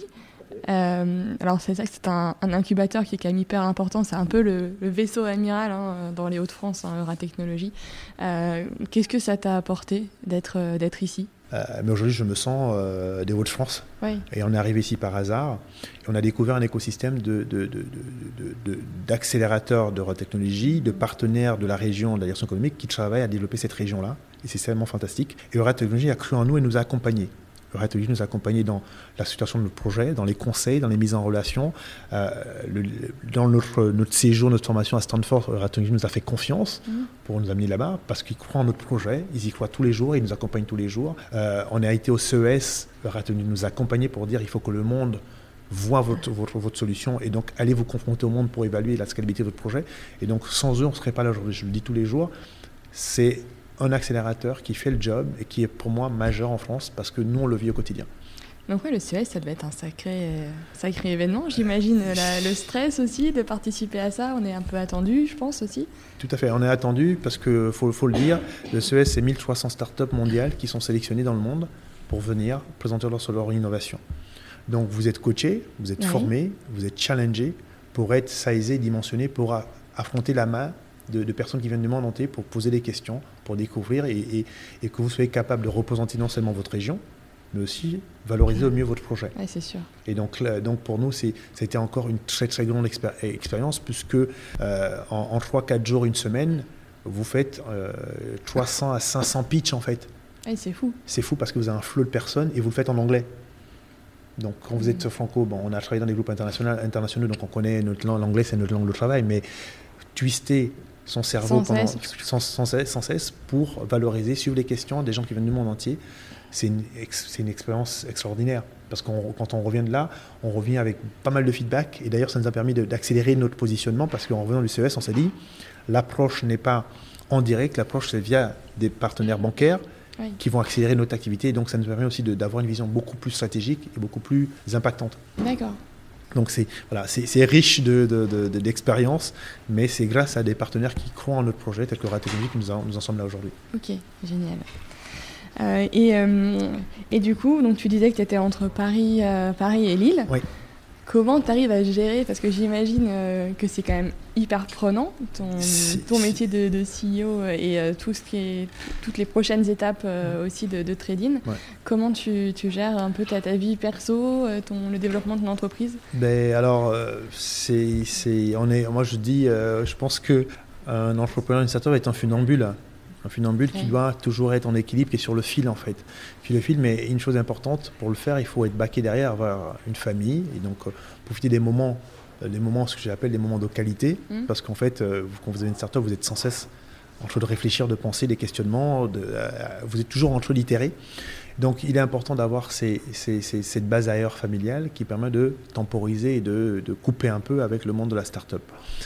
Euh, alors c'est ça, c'est un, un incubateur qui est quand même hyper important, c'est un peu le, le vaisseau amiral hein, dans les Hauts-de-France, hein, Ratechnologie. Euh, qu'est-ce que ça t'a apporté d'être, d'être ici ? Euh, mais aujourd'hui, je me sens euh, des Hauts-de-France. Oui. Et on est arrivé ici par hasard. Et on a découvert un écosystème de, de, de, de, de, de, d'accélérateurs de Ratechnologie, de partenaires de la région de la direction économique qui travaillent à développer cette région-là. Et c'est vraiment fantastique. Et Ratechnologie a cru en nous et nous a accompagnés. Ratechnologie nous a accompagnés dans la structuration de notre projet, dans les conseils, dans les mises en relation. Euh, le, dans notre, notre séjour, notre formation à Stanford, Ratechnologie nous a fait confiance mmh. pour nous amener là-bas parce qu'ils croient en notre projet, ils y croient tous les jours, ils nous accompagnent tous les jours. Euh, on a été au C E S, Ratechnologie nous a accompagnés pour dire il faut que le monde voit votre, votre, votre solution et donc allez vous confronter au monde pour évaluer la scalabilité de votre projet. Et donc sans eux, on ne serait pas là aujourd'hui, je le dis tous les jours. C'est un accélérateur qui fait le job et qui est pour moi majeur en France parce que nous, on le vit au quotidien. Donc ouais, le C E S, ça devait être un sacré, sacré événement, j'imagine. La, le stress aussi de participer à ça, on est un peu attendu, je pense aussi. Tout à fait, on est attendu parce qu'il faut, faut le dire, le C E S, c'est mille trois cents startups mondiales qui sont sélectionnées dans le monde pour venir présenter leur, sur leur innovation. Donc vous êtes coaché, vous êtes oui. formé, vous êtes challengé pour être sizé, dimensionné, pour a, affronter la main de, de personnes qui viennent du monde entier pour poser des questions, pour découvrir et, et, et que vous soyez capable de représenter non seulement votre région, mais aussi valoriser au mieux votre projet. Oui, c'est sûr. Et donc, là, donc pour nous, c'est, ça a été encore une très très grande expér- expérience puisque euh, en, en trois quatre jours, une semaine, vous faites euh, trois cents à cinq cents pitchs en fait. Oui, c'est fou. C'est fou parce que vous avez un flot de personnes et vous le faites en anglais. Donc quand vous êtes franco, bon, on a travaillé dans des groupes internationaux, internationaux donc on connaît notre langue, l'anglais c'est notre langue de travail, mais twister son cerveau sans, pendant, cesse. Sans, sans, cesse, sans cesse pour valoriser, suivre les questions des gens qui viennent du monde entier, c'est une, c'est une expérience extraordinaire. Parce que quand on revient de là, on revient avec pas mal de feedback. Et d'ailleurs, ça nous a permis de, d'accélérer notre positionnement parce qu'en revenant du C E S, on s'est dit, l'approche n'est pas en direct, l'approche c'est via des partenaires bancaires oui. qui vont accélérer notre activité. Et donc, ça nous permet aussi de, d'avoir une vision beaucoup plus stratégique et beaucoup plus impactante. D'accord. Donc, c'est, voilà, c'est, c'est riche de, de, de, de, d'expérience, mais c'est grâce à des partenaires qui croient en notre projet, tel que Rad Technologies, que nous en, nous en sommes là aujourd'hui. Ok, génial. Euh, et, euh, et du coup, donc tu disais que tu étais entre Paris, euh, Paris et Lille. Oui. Comment tu arrives à gérer, parce que j'imagine euh, que c'est quand même hyper prenant, ton, ton métier de, de C E O et euh, tout ce qui est, toutes les prochaines étapes euh, aussi de, de trading. Ouais. Comment tu, tu gères un peu ta, ta vie perso, ton, le développement de ton entreprise ? Ben, alors, euh, c'est, c'est, on est, moi je dis, euh, je pense qu'un entrepreneur, une startup est un funambule. Un funambule ouais. qui doit toujours être en équilibre, qui est sur le fil en fait. Puis le fil, mais une chose importante, pour le faire, il faut être backé derrière, avoir une famille et donc euh, profiter des moments, euh, des moments, ce que j'appelle des moments de qualité, mmh. parce qu'en fait, euh, quand vous avez une startup, vous êtes sans cesse en train de réfléchir, de penser, des questionnements, de, euh, vous êtes toujours en train d'itérer. Donc il est important d'avoir ces, ces, ces, cette base ailleurs familiale qui permet de temporiser et de, de couper un peu avec le monde de la startup.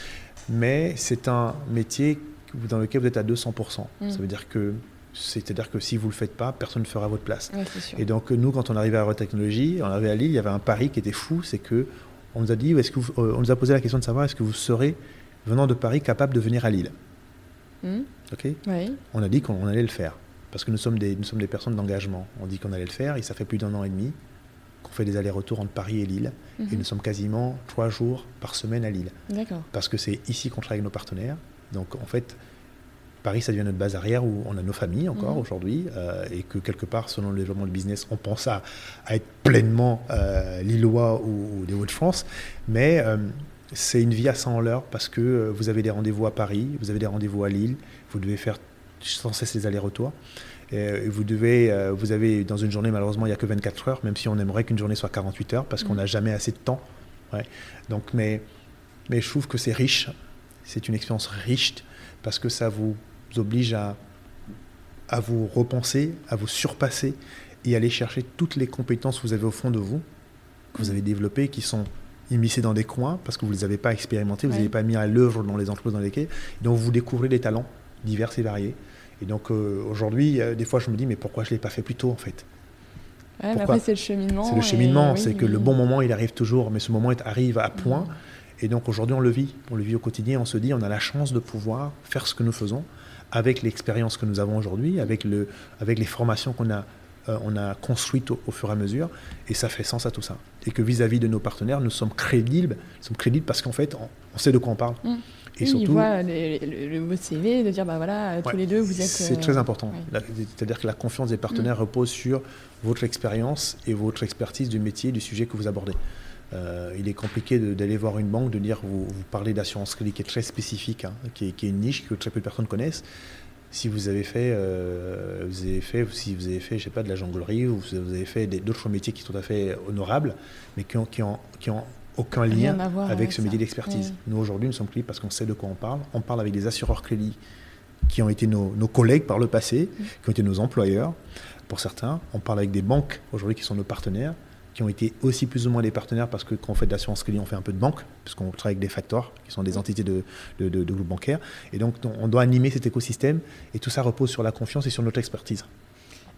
Mais c'est un métier dans lequel vous êtes à deux cents pour cent. Mmh. Ça veut dire que, c'est-à-dire que si vous ne le faites pas, personne ne le fera à votre place. Ouais, c'est sûr. Et donc nous, quand on arrivait à Rad Technologies, on arrivait à Lille, il y avait un pari qui était fou, c'est que on nous a dit, est-ce que vous, euh, on nous a posé la question de savoir est-ce que vous serez, venant de Paris, capable de venir à Lille. Mmh. Ok. Ouais. On a dit qu'on allait le faire, parce que nous sommes des, nous sommes des personnes d'engagement. On dit qu'on allait le faire, et ça fait plus d'un an et demi qu'on fait des allers-retours entre Paris et Lille, mmh. et nous sommes quasiment trois jours par semaine à Lille. D'accord. Parce que c'est ici qu'on travaille avec nos partenaires. Donc en fait, Paris, ça devient notre base arrière où on a nos familles encore mmh. aujourd'hui euh, et que quelque part, selon le développement du business, on pense à, à être pleinement euh, lillois ou, ou des Hauts-de-France. Mais euh, c'est une vie à cent à l'heure parce que euh, vous avez des rendez-vous à Paris, vous avez des rendez-vous à Lille, vous devez faire sans cesse les allers-retours. Et vous, devez, euh, vous avez dans une journée, malheureusement, il n'y a que vingt-quatre heures, même si on aimerait qu'une journée soit quarante-huit heures parce mmh. qu'on n'a jamais assez de temps. Ouais. Donc, mais, mais je trouve que c'est riche. C'est une expérience riche parce que ça vous oblige à, à vous repenser, à vous surpasser et aller chercher toutes les compétences que vous avez au fond de vous, que vous avez développées, qui sont immiscées dans des coins parce que vous ne les avez pas expérimentées, vous ne ouais. les avez pas mis à l'œuvre dans les entreprises dans lesquelles. Donc vous découvrez des talents divers et variés. Et donc euh, aujourd'hui, euh, des fois je me dis mais pourquoi je ne l'ai pas fait plus tôt en fait ? Ouais, mais après c'est le cheminement. C'est le cheminement, et... c'est oui, que oui. le bon moment il arrive toujours, mais ce moment arrive à point. Mmh. Et donc aujourd'hui, on le vit. On le vit au quotidien. On se dit, on a la chance de pouvoir faire ce que nous faisons avec l'expérience que nous avons aujourd'hui, avec, le, avec les formations qu'on a, euh, on a construites au, au fur et à mesure. Et ça fait sens à tout ça. Et que vis-à-vis de nos partenaires, nous sommes crédibles. Nous sommes crédibles parce qu'en fait, on, on sait de quoi on parle. Mmh. Et oui, surtout, ils voient le, le, le beau C V, de dire, bah voilà, ouais, tous les deux, vous êtes... C'est euh, très important. Ouais. La, c'est-à-dire que la confiance des partenaires mmh. repose sur votre expérience et votre expertise du métier, du sujet que vous abordez. Euh, il est compliqué de, d'aller voir une banque, de dire, vous, vous parlez d'assurance crédit qui est très spécifique, hein, qui, est, qui est une niche que très peu de personnes connaissent. Si vous avez fait, euh, vous avez fait, si vous avez fait, je sais pas, de la jonglerie, ou vous avez fait des, d'autres métiers qui sont tout à fait honorables, mais qui ont, qui ont, qui ont aucun lien avec, avec ce métier ça. d'expertise. Oui. Nous aujourd'hui, nous sommes crédibles parce qu'on sait de quoi on parle. On parle avec des assureurs crédit qui ont été nos, nos collègues par le passé, oui. qui ont été nos employeurs pour certains. On parle avec des banques aujourd'hui qui sont nos partenaires, qui ont été aussi plus ou moins des partenaires parce que quand on fait de l'assurance crédit, on fait un peu de banque, puisqu'on travaille avec des factors, qui sont des entités de, de, de, de groupes bancaires. Et donc, on doit animer cet écosystème et tout ça repose sur la confiance et sur notre expertise.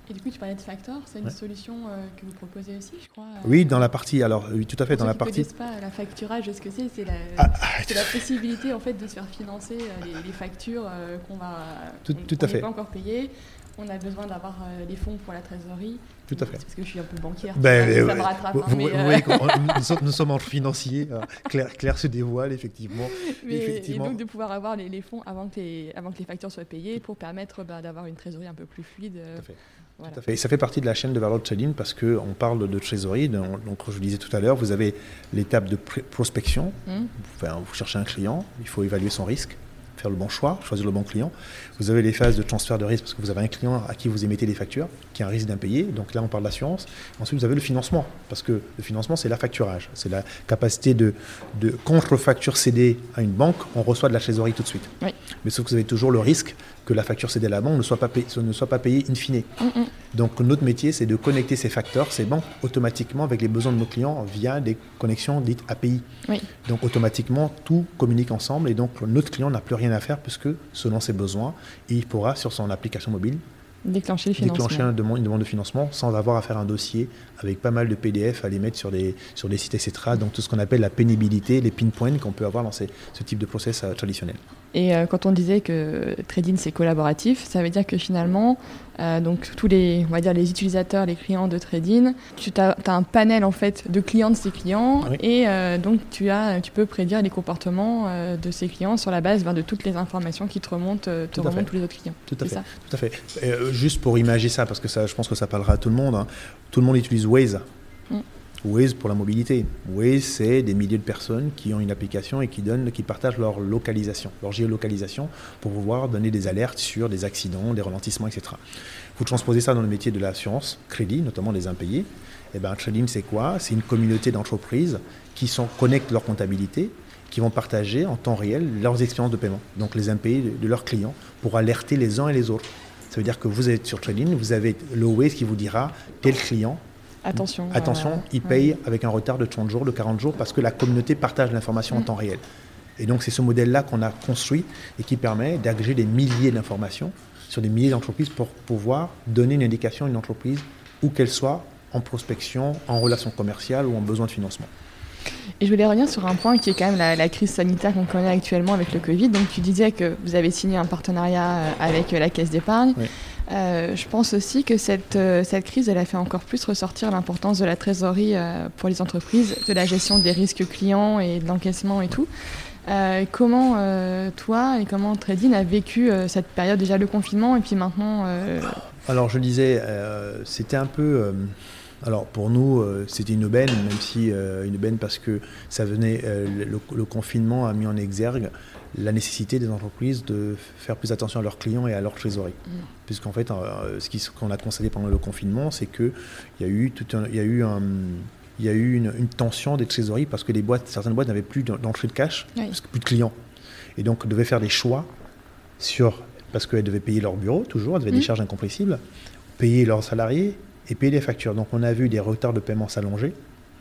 Et du coup, tu parlais de Factor, c'est une ouais. solution euh, que vous proposez aussi, je crois. Euh, oui, dans la partie, alors oui, tout à fait, dans la partie. Pour ceux qui ne connaissent pas la facturage, ce que c'est, c'est la, ah, c'est la possibilité en fait de se faire financer euh, les, les factures euh, qu'on va, tout, on, tout on à fait. pas encore payées. On a besoin d'avoir euh, les fonds pour la trésorerie. Tout à fait. C'est parce que je suis un peu banquière, ben, ça, euh, ça me rattrape. Vous, hein, mais, euh... oui, nous, sommes, nous sommes entre financiers. Euh, Claire, Claire se dévoile, effectivement. Mais, effectivement. Et donc de pouvoir avoir les, les fonds avant que les, avant que les factures soient payées pour permettre bah, d'avoir une trésorerie un peu plus fluide. Euh, tout à fait. Voilà. Tout à fait. Et ça fait partie de la chaîne de valeur de trading parce qu'on parle de trésorerie. Donc, donc, je le disais tout à l'heure, vous avez l'étape de pr- prospection. Mmh. Enfin, vous cherchez un client, il faut évaluer son risque, faire le bon choix, choisir le bon client. Vous avez les phases de transfert de risque parce que vous avez un client à qui vous émettez des factures, qui a un risque d'impayé. Donc là, on parle d'assurance. Ensuite, vous avez le financement parce que le financement, c'est l'affacturage. C'est la capacité de, de contre-facture cédée à une banque, on reçoit de la trésorerie tout de suite. Oui. Mais sauf que vous avez toujours le risque que la facture cédée à la banque ne soit pas payée, ne soit pas payée in fine. Mm-hmm. Donc notre métier, c'est de connecter ces facteurs, ces banques, automatiquement avec les besoins de nos clients via des connexions dites A P I. Oui. Donc automatiquement, tout communique ensemble et donc notre client n'a plus rien à faire puisque selon ses besoins, il pourra sur son application mobile déclencher le financement. Déclencher une demande, une demande de financement sans avoir à faire un dossier avec pas mal de P D F à les mettre sur des, sur des sites, et cetera. Donc tout ce qu'on appelle la pénibilité, les pain points qu'on peut avoir dans ces, ce type de process euh, traditionnel. Et euh, quand on disait que trading c'est collaboratif, ça veut dire que finalement, euh, donc tous les, on va dire les utilisateurs, les clients de trading, tu as un panel en fait de clients de ces clients oui. et euh, donc tu as, tu peux prédire les comportements euh, de ces clients sur la base ben, de toutes les informations qui te remontent, te tout remontent tous les autres clients. Tout à c'est fait. Ça tout à fait. Et, euh, juste pour imager ça, parce que ça, je pense que ça parlera à tout le monde. Hein. Tout le monde utilise Waze. Mm. Waze pour la mobilité. Waze, c'est des milliers de personnes qui ont une application et qui, donnent, qui partagent leur localisation, leur géolocalisation pour pouvoir donner des alertes sur des accidents, des ralentissements, et cetera. Vous transposez ça dans le métier de l'assurance, crédit, notamment les impayés. Et ben, trading, c'est quoi ? C'est une communauté d'entreprises qui sont, connectent leur comptabilité, qui vont partager en temps réel leurs expériences de paiement, donc les impayés de, de leurs clients, pour alerter les uns et les autres. Ça veut dire que vous êtes sur trading, vous avez le Waze qui vous dira tel client. Attention, Attention, euh, il paye ouais. avec un retard de trente jours, de quarante jours, parce que la communauté partage l'information mmh. en temps réel. Et donc, c'est ce modèle-là qu'on a construit et qui permet d'agréger des milliers d'informations sur des milliers d'entreprises pour pouvoir donner une indication à une entreprise, où qu'elle soit, en prospection, en relation commerciale ou en besoin de financement. Et je voulais revenir sur un point qui est quand même la, la crise sanitaire qu'on connaît actuellement avec le Covid. Donc, tu disais que vous avez signé un partenariat avec la Caisse d'épargne. Oui. Euh, je pense aussi que cette, euh, cette crise, elle a fait encore plus ressortir l'importance de la trésorerie euh, pour les entreprises, de la gestion des risques clients et de l'encaissement et tout. Euh, comment euh, toi et comment Trading a vécu euh, cette période, déjà le confinement et puis maintenant euh... Alors je disais, euh, c'était un peu... Euh, alors pour nous, euh, c'était une aubaine, même si euh, une aubaine parce que ça venait, euh, le, le confinement a mis en exergue la nécessité des entreprises de faire plus attention à leurs clients et à leur trésorerie. Mmh. Puisqu'en fait, euh, ce, qui, ce qu'on a constaté pendant le confinement, c'est qu'il y a eu, tout un, il y a eu, un, il y a eu une, une tension des trésoreries parce que les boîtes, certaines boîtes n'avaient plus d'entrée de cash, oui. parce que plus de clients. Et donc, devaient faire des choix sur, parce qu'elles devaient payer leur bureau, toujours, elles avaient mmh. des charges incompressibles, payer leurs salariés et payer les factures. Donc, on a vu des retards de paiement s'allonger.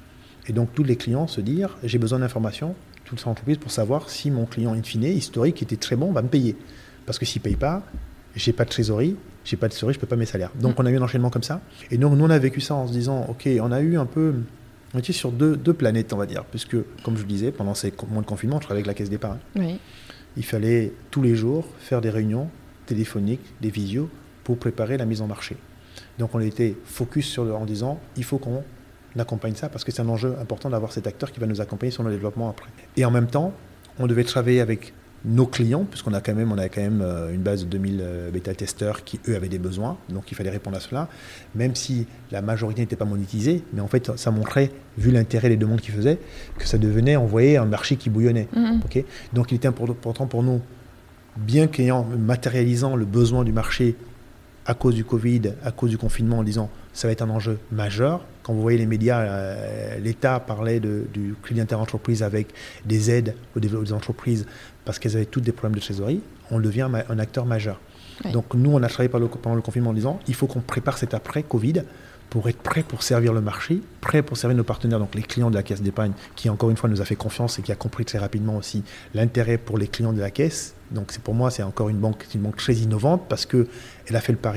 Et donc, tous les clients se dire, j'ai besoin d'informations, toute cette entreprise, pour savoir si mon client, in fine, historique, qui était très bon, va me payer. Parce que s'il ne paye pas, je n'ai pas de trésorerie, je n'ai pas de trésorerie, je ne peux pas mes salaires. Donc, on a eu un enchaînement comme ça. Et donc, nous, on a vécu ça en se disant, OK, on a eu un peu... On était sur deux, deux planètes, on va dire. Puisque, comme je le disais, pendant ces mois de confinement, je travaillais avec la Caisse d'épargne. Oui. Il fallait, tous les jours, faire des réunions téléphoniques, des visios, pour préparer la mise en marché. Donc, on était focus sur le, en disant, il faut qu'on accompagne ça parce que c'est un enjeu important d'avoir cet acteur qui va nous accompagner sur le développement après. Et en même temps, on devait travailler avec nos clients, puisqu'on a quand même, on a quand même une base de deux mille bêta-testeurs qui, eux, avaient des besoins, donc il fallait répondre à cela, même si la majorité n'était pas monétisée, mais en fait, ça montrait, vu l'intérêt des demandes qu'ils faisaient, que ça devenait, on voyait un marché qui bouillonnait. Mm-hmm. Okay, donc il était important pour nous, bien qu'ayant, matérialisant le besoin du marché à cause du Covid, à cause du confinement, en disant ça va être un enjeu majeur. Quand vous voyez les médias, euh, l'État parlait de, du crédit interentreprise avec des aides aux, aux entreprises parce qu'elles avaient toutes des problèmes de trésorerie, on devient ma, un acteur majeur. Oui. Donc nous, on a travaillé pendant le, pendant le confinement en disant il faut qu'on prépare cet après-Covid pour être prêt pour servir le marché, prêt pour servir nos partenaires, donc les clients de la Caisse d'épargne, qui encore une fois nous a fait confiance et qui a compris très rapidement aussi l'intérêt pour les clients de la Caisse. Donc c'est, pour moi, c'est encore une banque, c'est une banque très innovante parce qu'elle a fait le pari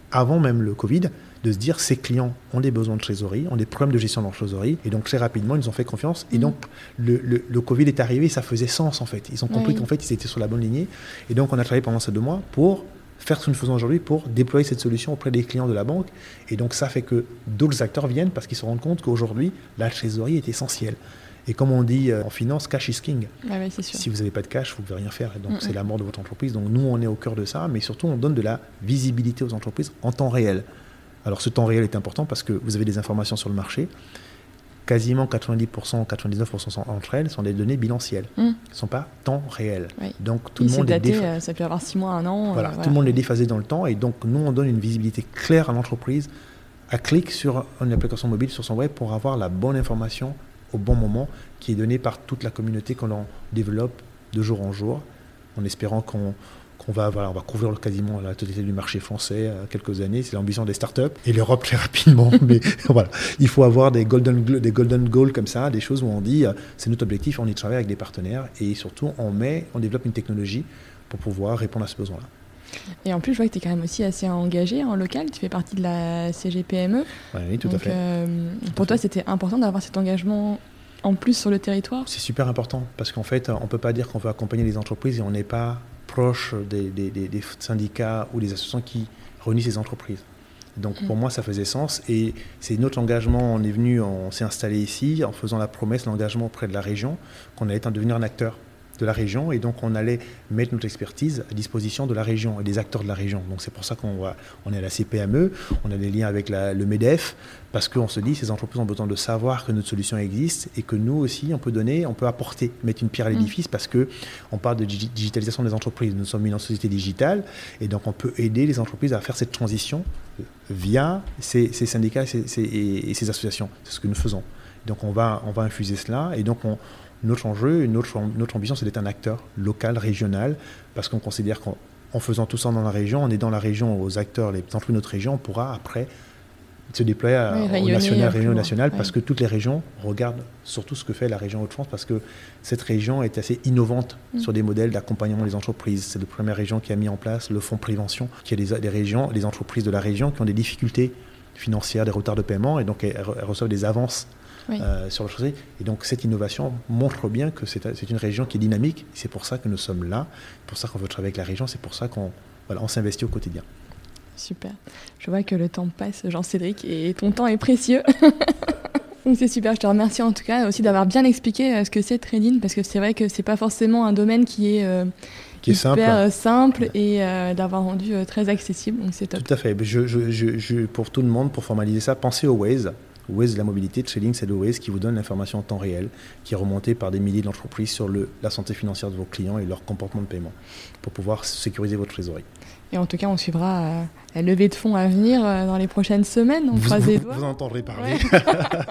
avant même le Covid, de se dire ces clients ont des besoins de trésorerie, ont des problèmes de gestion de leur trésorerie, et donc très rapidement, ils nous ont fait confiance. Mmh. Et donc, le, le, le Covid est arrivé, ça faisait sens en fait. Ils ont compris oui. qu'en fait, ils étaient sur la bonne lignée. Et donc, on a travaillé pendant ces deux mois pour faire ce que nous faisons aujourd'hui, pour déployer cette solution auprès des clients de la banque. Et donc, ça fait que d'autres acteurs viennent parce qu'ils se rendent compte qu'aujourd'hui, la trésorerie est essentielle. Et comme on dit en finance, cash is king. Ah oui, c'est sûr. Si vous n'avez pas de cash, vous ne pouvez rien faire. Et donc, mmh. c'est la mort de votre entreprise. Donc, nous, on est au cœur de ça. Mais surtout, on donne de la visibilité aux entreprises en temps réel. Alors, ce temps réel est important parce que vous avez des informations sur le marché. Quasiment quatre-vingt-dix pour cent, quatre-vingt-dix-neuf pour cent d'entre elles sont des données bilancielles. Mmh. Elles ne sont pas temps réel. Oui. Donc, tout oui, le monde c'est daté, est défa... ça peut avoir six mois, un an. Voilà, euh, tout voilà. le monde est déphasé dans le temps. Et donc, nous, on donne une visibilité claire à l'entreprise à clic sur une application mobile sur son web pour avoir la bonne information au bon moment, qui est donnée par toute la communauté qu'on en développe de jour en jour, en espérant qu'on, qu'on va, voilà, on va couvrir quasiment la totalité du marché français à quelques années. C'est l'ambition des startups et l'Europe très rapidement. Mais voilà, il faut avoir des golden, des golden goals comme ça, des choses où on dit c'est notre objectif, on y travaille avec des partenaires et surtout on met, on développe une technologie pour pouvoir répondre à ce besoin-là. Et en plus, je vois que tu es quand même aussi assez engagé en local. Tu fais partie de la C G P M E. Oui, tout Donc, à fait. Euh, tout pour à toi, fait. c'était important d'avoir cet engagement en plus sur le territoire ? C'est super important parce qu'en fait, on ne peut pas dire qu'on veut accompagner les entreprises et on n'est pas proche des, des, des, des syndicats ou des associations qui réunissent ces entreprises. Donc, mmh. pour moi, ça faisait sens. Et c'est notre engagement. On est venu, on s'est installé ici en faisant la promesse, l'engagement auprès de la région, qu'on allait devenir un acteur de la région, et donc on allait mettre notre expertise à disposition de la région et des acteurs de la région. Donc c'est pour ça qu'on va, on est à la C P M E, on a des liens avec la, le MEDEF, parce qu'on se dit ces entreprises ont besoin de savoir que notre solution existe et que nous aussi on peut donner, on peut apporter, mettre une pierre à l'édifice, mmh. parce qu'on parle de digitalisation des entreprises. Nous sommes une société digitale et donc on peut aider les entreprises à faire cette transition via ces, ces syndicats et ces, ces, et ces associations. C'est ce que nous faisons. Donc on va, on va infuser cela et donc on Notre enjeu, notre, notre ambition, c'est d'être un acteur local, régional, parce qu'on considère qu'en en faisant tout ça dans la région, en aidant la région aux acteurs, les entreprises de notre région, on pourra après se déployer à, oui, au national, région loin. nationale, oui. parce que toutes les régions regardent surtout ce que fait la région Hauts-de-France, parce que cette région est assez innovante mmh. sur des modèles d'accompagnement des entreprises. C'est la première région qui a mis en place le fonds prévention, qui a des, des régions, des entreprises de la région qui ont des difficultés financières, des retards de paiement, et donc elles, elles reçoivent des avances. Oui. Euh, sur le chaussée. Et donc cette innovation montre bien que c'est, c'est une région qui est dynamique. C'est pour ça que nous sommes là, c'est pour ça qu'on veut travailler avec la région, c'est pour ça qu'on voilà, on s'investit au quotidien. Super. Je vois que le temps passe, Jean-Cédric, et ton temps est précieux. Donc c'est super, je te remercie en tout cas aussi d'avoir bien expliqué euh, ce que c'est Tradin, parce que c'est vrai que c'est pas forcément un domaine qui est... Euh, qui est simple, euh, simple ouais. et euh, d'avoir rendu euh, très accessible, donc c'est top. Tout à fait. Je, je, je, je, pour tout le monde, pour formaliser ça, pensez au Waze. Waze de la mobilité, Trading, c'est le Waze qui vous donne l'information en temps réel, qui est remontée par des milliers d'entreprises sur le, la santé financière de vos clients et leur comportement de paiement, pour pouvoir sécuriser votre trésorerie. Et en tout cas, on suivra euh, la levée de fonds à venir euh, dans les prochaines semaines. On vous, croise vous, les doigts. Vous entendrez parler. Ouais.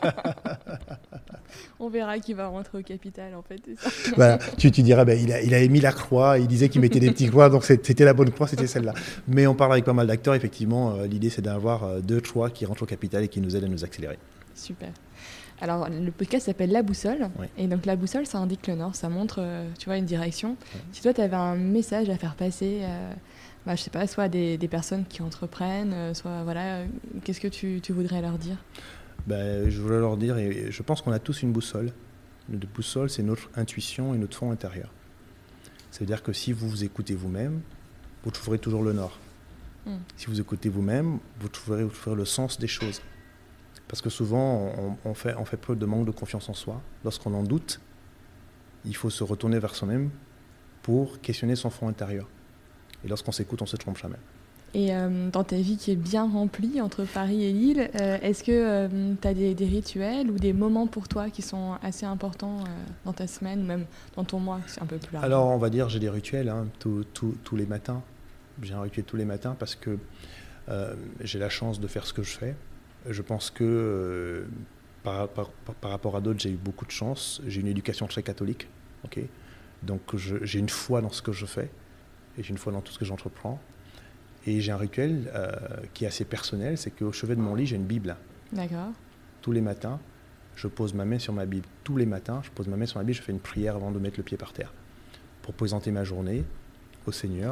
On verra qui va rentrer au capital, en fait. C'est ça. Voilà. tu, tu diras, ben, il, a, il avait mis la croix, il disait qu'il mettait des petites croix, donc c'était la bonne croix, c'était celle-là. Mais on parle avec pas mal d'acteurs, effectivement. Euh, l'idée, c'est d'avoir euh, deux choix qui rentrent au capital et qui nous aident à nous accélérer. Super. Alors, le podcast s'appelle La Boussole. Oui. Et donc, la boussole, ça indique le nord, ça montre, euh, tu vois, une direction. Oui. Si toi, tu avais un message à faire passer, euh, bah, je sais pas, soit des, des personnes qui entreprennent, euh, soit, voilà, euh, qu'est-ce que tu, tu voudrais leur dire ? Ben, je voudrais leur dire, et je pense qu'on a tous une boussole. Notre boussole, c'est notre intuition et notre fond intérieur. Ça veut dire que si vous vous écoutez vous-même, vous trouverez toujours le nord. Mm. Si vous écoutez vous-même, vous trouverez, vous trouverez le sens des choses. Parce que souvent, on, on, fait, on fait preuve de manque de confiance en soi. Lorsqu'on en doute, il faut se retourner vers soi-même pour questionner son fond intérieur. Et lorsqu'on s'écoute, on ne se trompe jamais. Et euh, dans ta vie qui est bien remplie entre Paris et Lille, euh, est-ce que euh, tu as des, des rituels ou des moments pour toi qui sont assez importants euh, dans ta semaine, ou même dans ton mois, c'est un peu plus large? Alors, on va dire j'ai des rituels hein, tous, tous, tous les matins. J'ai un rituel tous les matins parce que euh, j'ai la chance de faire ce que je fais. Je pense que euh, par, par, par rapport à d'autres, j'ai eu beaucoup de chance. J'ai une éducation très catholique. Okay, donc, je, j'ai une foi dans ce que je fais et j'ai une foi dans tout ce que j'entreprends. Et j'ai un rituel euh, qui est assez personnel, c'est qu'au chevet de mon lit, j'ai une Bible. D'accord. Tous les matins, je pose ma main sur ma Bible. Tous les matins, je pose ma main sur ma Bible, je fais une prière avant de mettre le pied par terre pour présenter ma journée au Seigneur,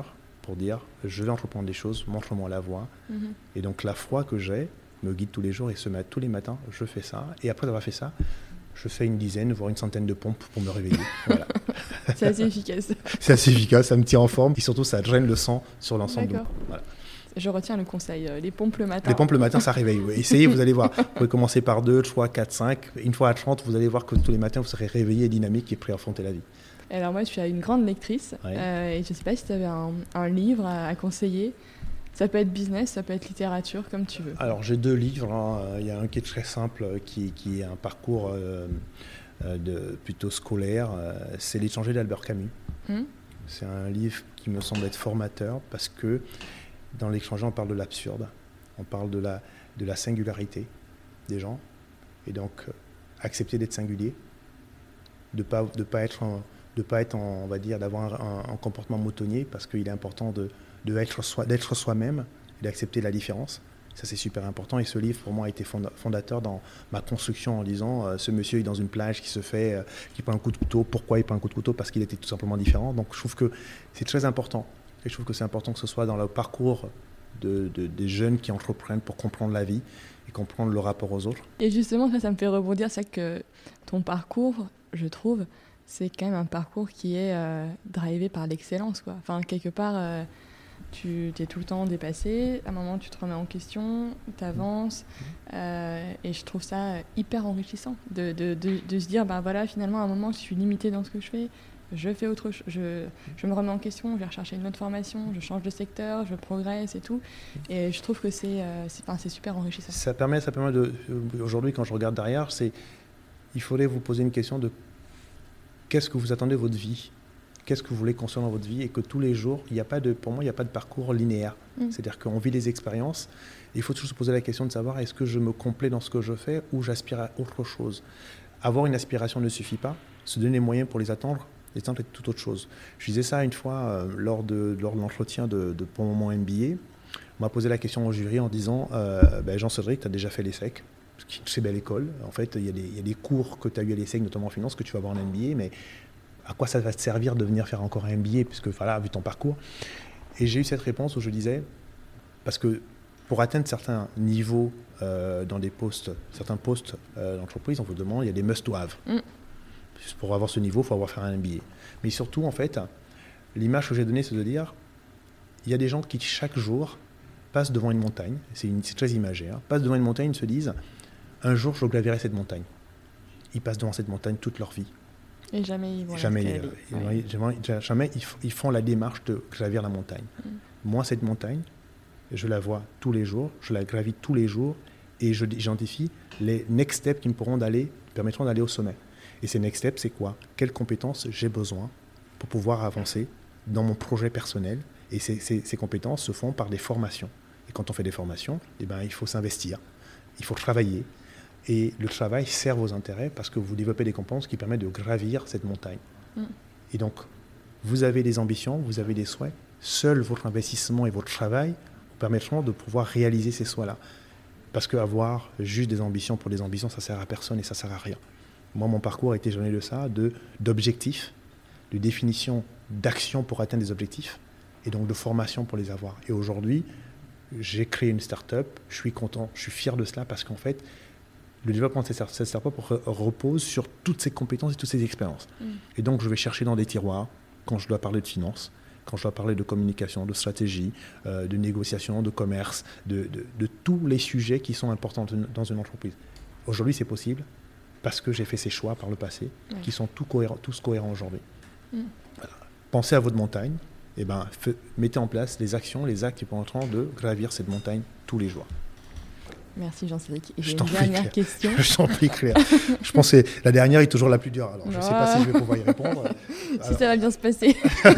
pour dire je vais entreprendre des choses, montre-moi la voie. Mm-hmm. Et donc la foi que j'ai me guide tous les jours et ce mat- tous les matins, je fais ça. Et après avoir fait ça, je fais une dizaine, voire une centaine de pompes pour me réveiller. Voilà. C'est assez efficace. C'est assez efficace, ça me tient en forme et surtout ça draine le sang sur l'ensemble. D'accord. De... Voilà. Je retiens le conseil, les pompes le matin. Les pompes le matin, ça réveille. Oui. Essayez, vous allez voir. Vous pouvez commencer par deux, trois, quatre, cinq. Une fois à trente, vous allez voir que tous les matins, vous serez réveillé, dynamique et prêt à affronter la vie. Alors moi, je suis une grande lectrice. Ouais. Euh, et je ne sais pas si tu avais un, un livre à, à conseiller. Ça peut être business, ça peut être littérature, comme tu veux. Alors j'ai deux livres. Hein. Il y a un qui est très simple, qui, qui est un parcours euh, de, plutôt scolaire. C'est L'étranger d'Albert Camus. Hum. C'est un livre qui me semble être formateur parce que dans L'étranger, on parle de l'absurde, on parle de la, de la singularité des gens. Et donc, euh, accepter d'être singulier, de ne pas, de pas être, en, de pas être en, on va dire, d'avoir un, un comportement moutonnier parce qu'il est important de, de être soi, d'être soi-même et d'accepter la différence. Ça, c'est super important. Et ce livre, pour moi, a été fondateur dans ma construction en disant euh, ce monsieur est dans une plage qui se fait, euh, qui prend un coup de couteau. Pourquoi il prend un coup de couteau ? Parce qu'il était tout simplement différent. Donc, je trouve que c'est très important. Et je trouve que c'est important que ce soit dans le parcours de, de, des jeunes qui entreprennent pour comprendre la vie et comprendre le rapport aux autres. Et justement, ça, ça me fait rebondir. C'est que ton parcours, je trouve, c'est quand même un parcours qui est euh, drivé par l'excellence, quoi. Enfin, quelque part, euh, tu es tout le temps dépassé. À un moment, tu te remets en question, tu avances. Euh, et je trouve ça hyper enrichissant de, de, de, de se dire, ben voilà, finalement, à un moment, je suis limitée dans ce que je fais. Je fais autre chose, je, je me remets en question, je vais rechercher une autre formation, je change de secteur, je progresse et tout. Et je trouve que c'est, euh, c'est, enfin, c'est super enrichissant. Ça permet, ça permet de, aujourd'hui, quand je regarde derrière, c'est, il faudrait vous poser une question de qu'est-ce que vous attendez de votre vie ? Qu'est-ce que vous voulez construire dans votre vie ? Et que tous les jours, il y a pas de, pour moi, il n'y a pas de parcours linéaire. Mmh. C'est-à-dire qu'on vit des expériences. Et il faut toujours se poser la question de savoir est-ce que je me complais dans ce que je fais ou j'aspire à autre chose ? Avoir une aspiration ne suffit pas. Se donner les moyens pour les atteindre, les atteindre est tout autre chose. Je disais ça une fois euh, lors, de, lors de l'entretien de, de pour mon M B A. On m'a posé la question au jury en disant euh, ben Jean-Cédric, tu as déjà fait l'E S S E C, ce qui est une très belle école. En fait, il y, y a des cours que tu as eu à l'E S S E C, notamment en finance, que tu vas avoir en M B A, mais à quoi ça va te servir de venir faire encore un M B A, puisque voilà, vu ton parcours. Et j'ai eu cette réponse où je disais, parce que pour atteindre certains niveaux euh, dans des postes, certains postes euh, d'entreprise, on vous demande, il y a des must-to-have. Mm. Pour avoir ce niveau, il faut avoir fait un M B A. Mais surtout, en fait, l'image que j'ai donnée, c'est de dire, il y a des gens qui, chaque jour, passent devant une montagne, c'est, une, c'est très imagé, hein, passent devant une montagne, se disent, un jour, je gravirai cette montagne. Ils passent devant cette montagne toute leur vie. Et jamais ils vont jamais, la euh, ouais. jamais, jamais ils, f- ils font la démarche de gravir la montagne. Mm. Moi, cette montagne, je la vois tous les jours, je la gravis tous les jours, et je, j'identifie les next steps qui me pourront d'aller, permettront d'aller au sommet. Et ces next steps, c'est quoi ? Quelles compétences j'ai besoin pour pouvoir avancer dans mon projet personnel ? Et ces, ces, ces compétences se font par des formations. Et quand on fait des formations, eh ben, il faut s'investir, il faut travailler. Et le travail sert vos intérêts parce que vous développez des compétences qui permettent de gravir cette montagne. Mm. Et donc, vous avez des ambitions, vous avez des souhaits. Seul votre investissement et votre travail vous permettront de pouvoir réaliser ces souhaits-là. Parce qu'avoir juste des ambitions pour des ambitions, ça ne sert à personne et ça ne sert à rien. Moi, mon parcours a été jalonné de ça, de, d'objectifs, de définition d'actions pour atteindre des objectifs et donc de formation pour les avoir. Et aujourd'hui, j'ai créé une start-up, je suis content, je suis fier de cela parce qu'en fait, le développement de cette start-up repose sur toutes ces compétences et toutes ces expériences. Mm. Et donc, je vais chercher dans des tiroirs quand je dois parler de finance, quand je dois parler de communication, de stratégie, euh, de négociation, de commerce, de, de, de tous les sujets qui sont importants dans une entreprise. Aujourd'hui, c'est possible parce que j'ai fait ces choix par le passé ouais. qui sont tout cohérents, tous cohérents aujourd'hui. Mm. Voilà. Pensez à votre montagne, et ben, f- mettez en place les actions, les actes qui permettront de gravir cette montagne tous les jours. Merci Jean-Cédric. Et j'ai une dernière Claire. question. Je t'en prie Claire. Je pense que la dernière est toujours la plus dure. Alors je ne sais pas si je vais pouvoir y répondre. Si alors... ça va bien se passer.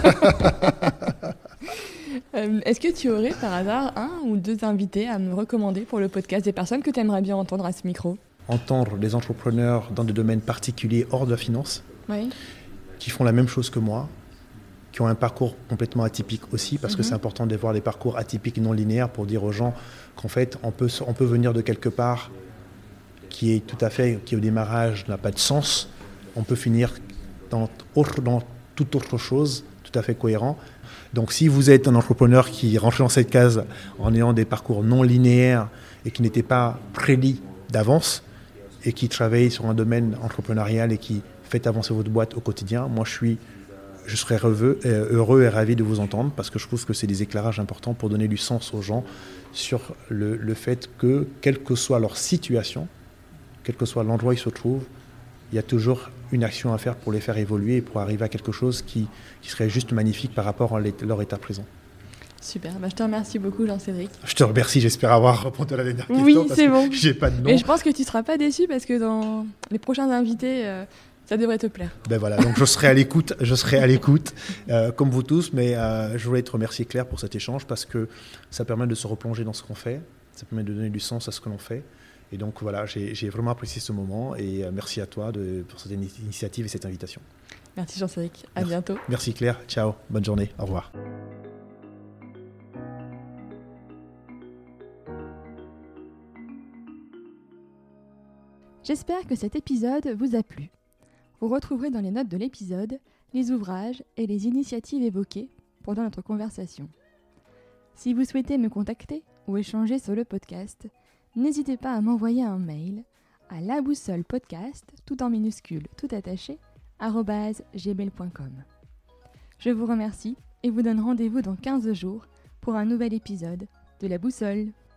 euh, est-ce que tu aurais par hasard un ou deux invités à me recommander pour le podcast, des personnes que tu aimerais bien entendre à ce micro ? Entendre des entrepreneurs dans des domaines particuliers hors de la finance, oui. qui font la même chose que moi, qui ont un parcours complètement atypique aussi, parce mm-hmm. que c'est important de voir des parcours atypiques et non linéaires pour dire aux gens qu'en fait, on peut, on peut venir de quelque part qui est tout à fait, qui au démarrage n'a pas de sens, on peut finir dans, autre, dans toute autre chose, tout à fait cohérent. Donc si vous êtes un entrepreneur qui rentre dans cette case en ayant des parcours non linéaires et qui n'était pas prédit d'avance et qui travaille sur un domaine entrepreneurial et qui fait avancer votre boîte au quotidien, moi je suis Je serais heureux, heureux et ravi de vous entendre parce que je trouve que c'est des éclairages importants pour donner du sens aux gens sur le, le fait que, quelle que soit leur situation, quel que soit l'endroit où ils se trouvent, il y a toujours une action à faire pour les faire évoluer et pour arriver à quelque chose qui, qui serait juste magnifique par rapport à leur état présent. Super, bah, je te remercie beaucoup Jean-Cédric. Je te remercie, j'espère avoir répondu à la dernière question. Oui, c'est bon. J'ai pas de nom. Et je pense que tu ne seras pas déçu parce que dans les prochains invités... Euh... Ça devrait te plaire. Ben voilà, donc je serai à l'écoute, je serai à l'écoute, euh, comme vous tous, mais euh, je voulais te remercier Claire pour cet échange parce que ça permet de se replonger dans ce qu'on fait, ça permet de donner du sens à ce que l'on fait. Et donc voilà, j'ai, j'ai vraiment apprécié ce moment et euh, merci à toi de, pour cette initiative et cette invitation. Merci Jean-Cédric, à merci. bientôt. Merci Claire, ciao, bonne journée, au revoir. J'espère que cet épisode vous a plu. Vous retrouverez dans les notes de l'épisode les ouvrages et les initiatives évoquées pendant notre conversation. Si vous souhaitez me contacter ou échanger sur le podcast, n'hésitez pas à m'envoyer un mail à laboussolepodcast, tout en minuscules, tout attaché, arobase gmail point com. Je vous remercie et vous donne rendez-vous dans quinze jours pour un nouvel épisode de La Boussole.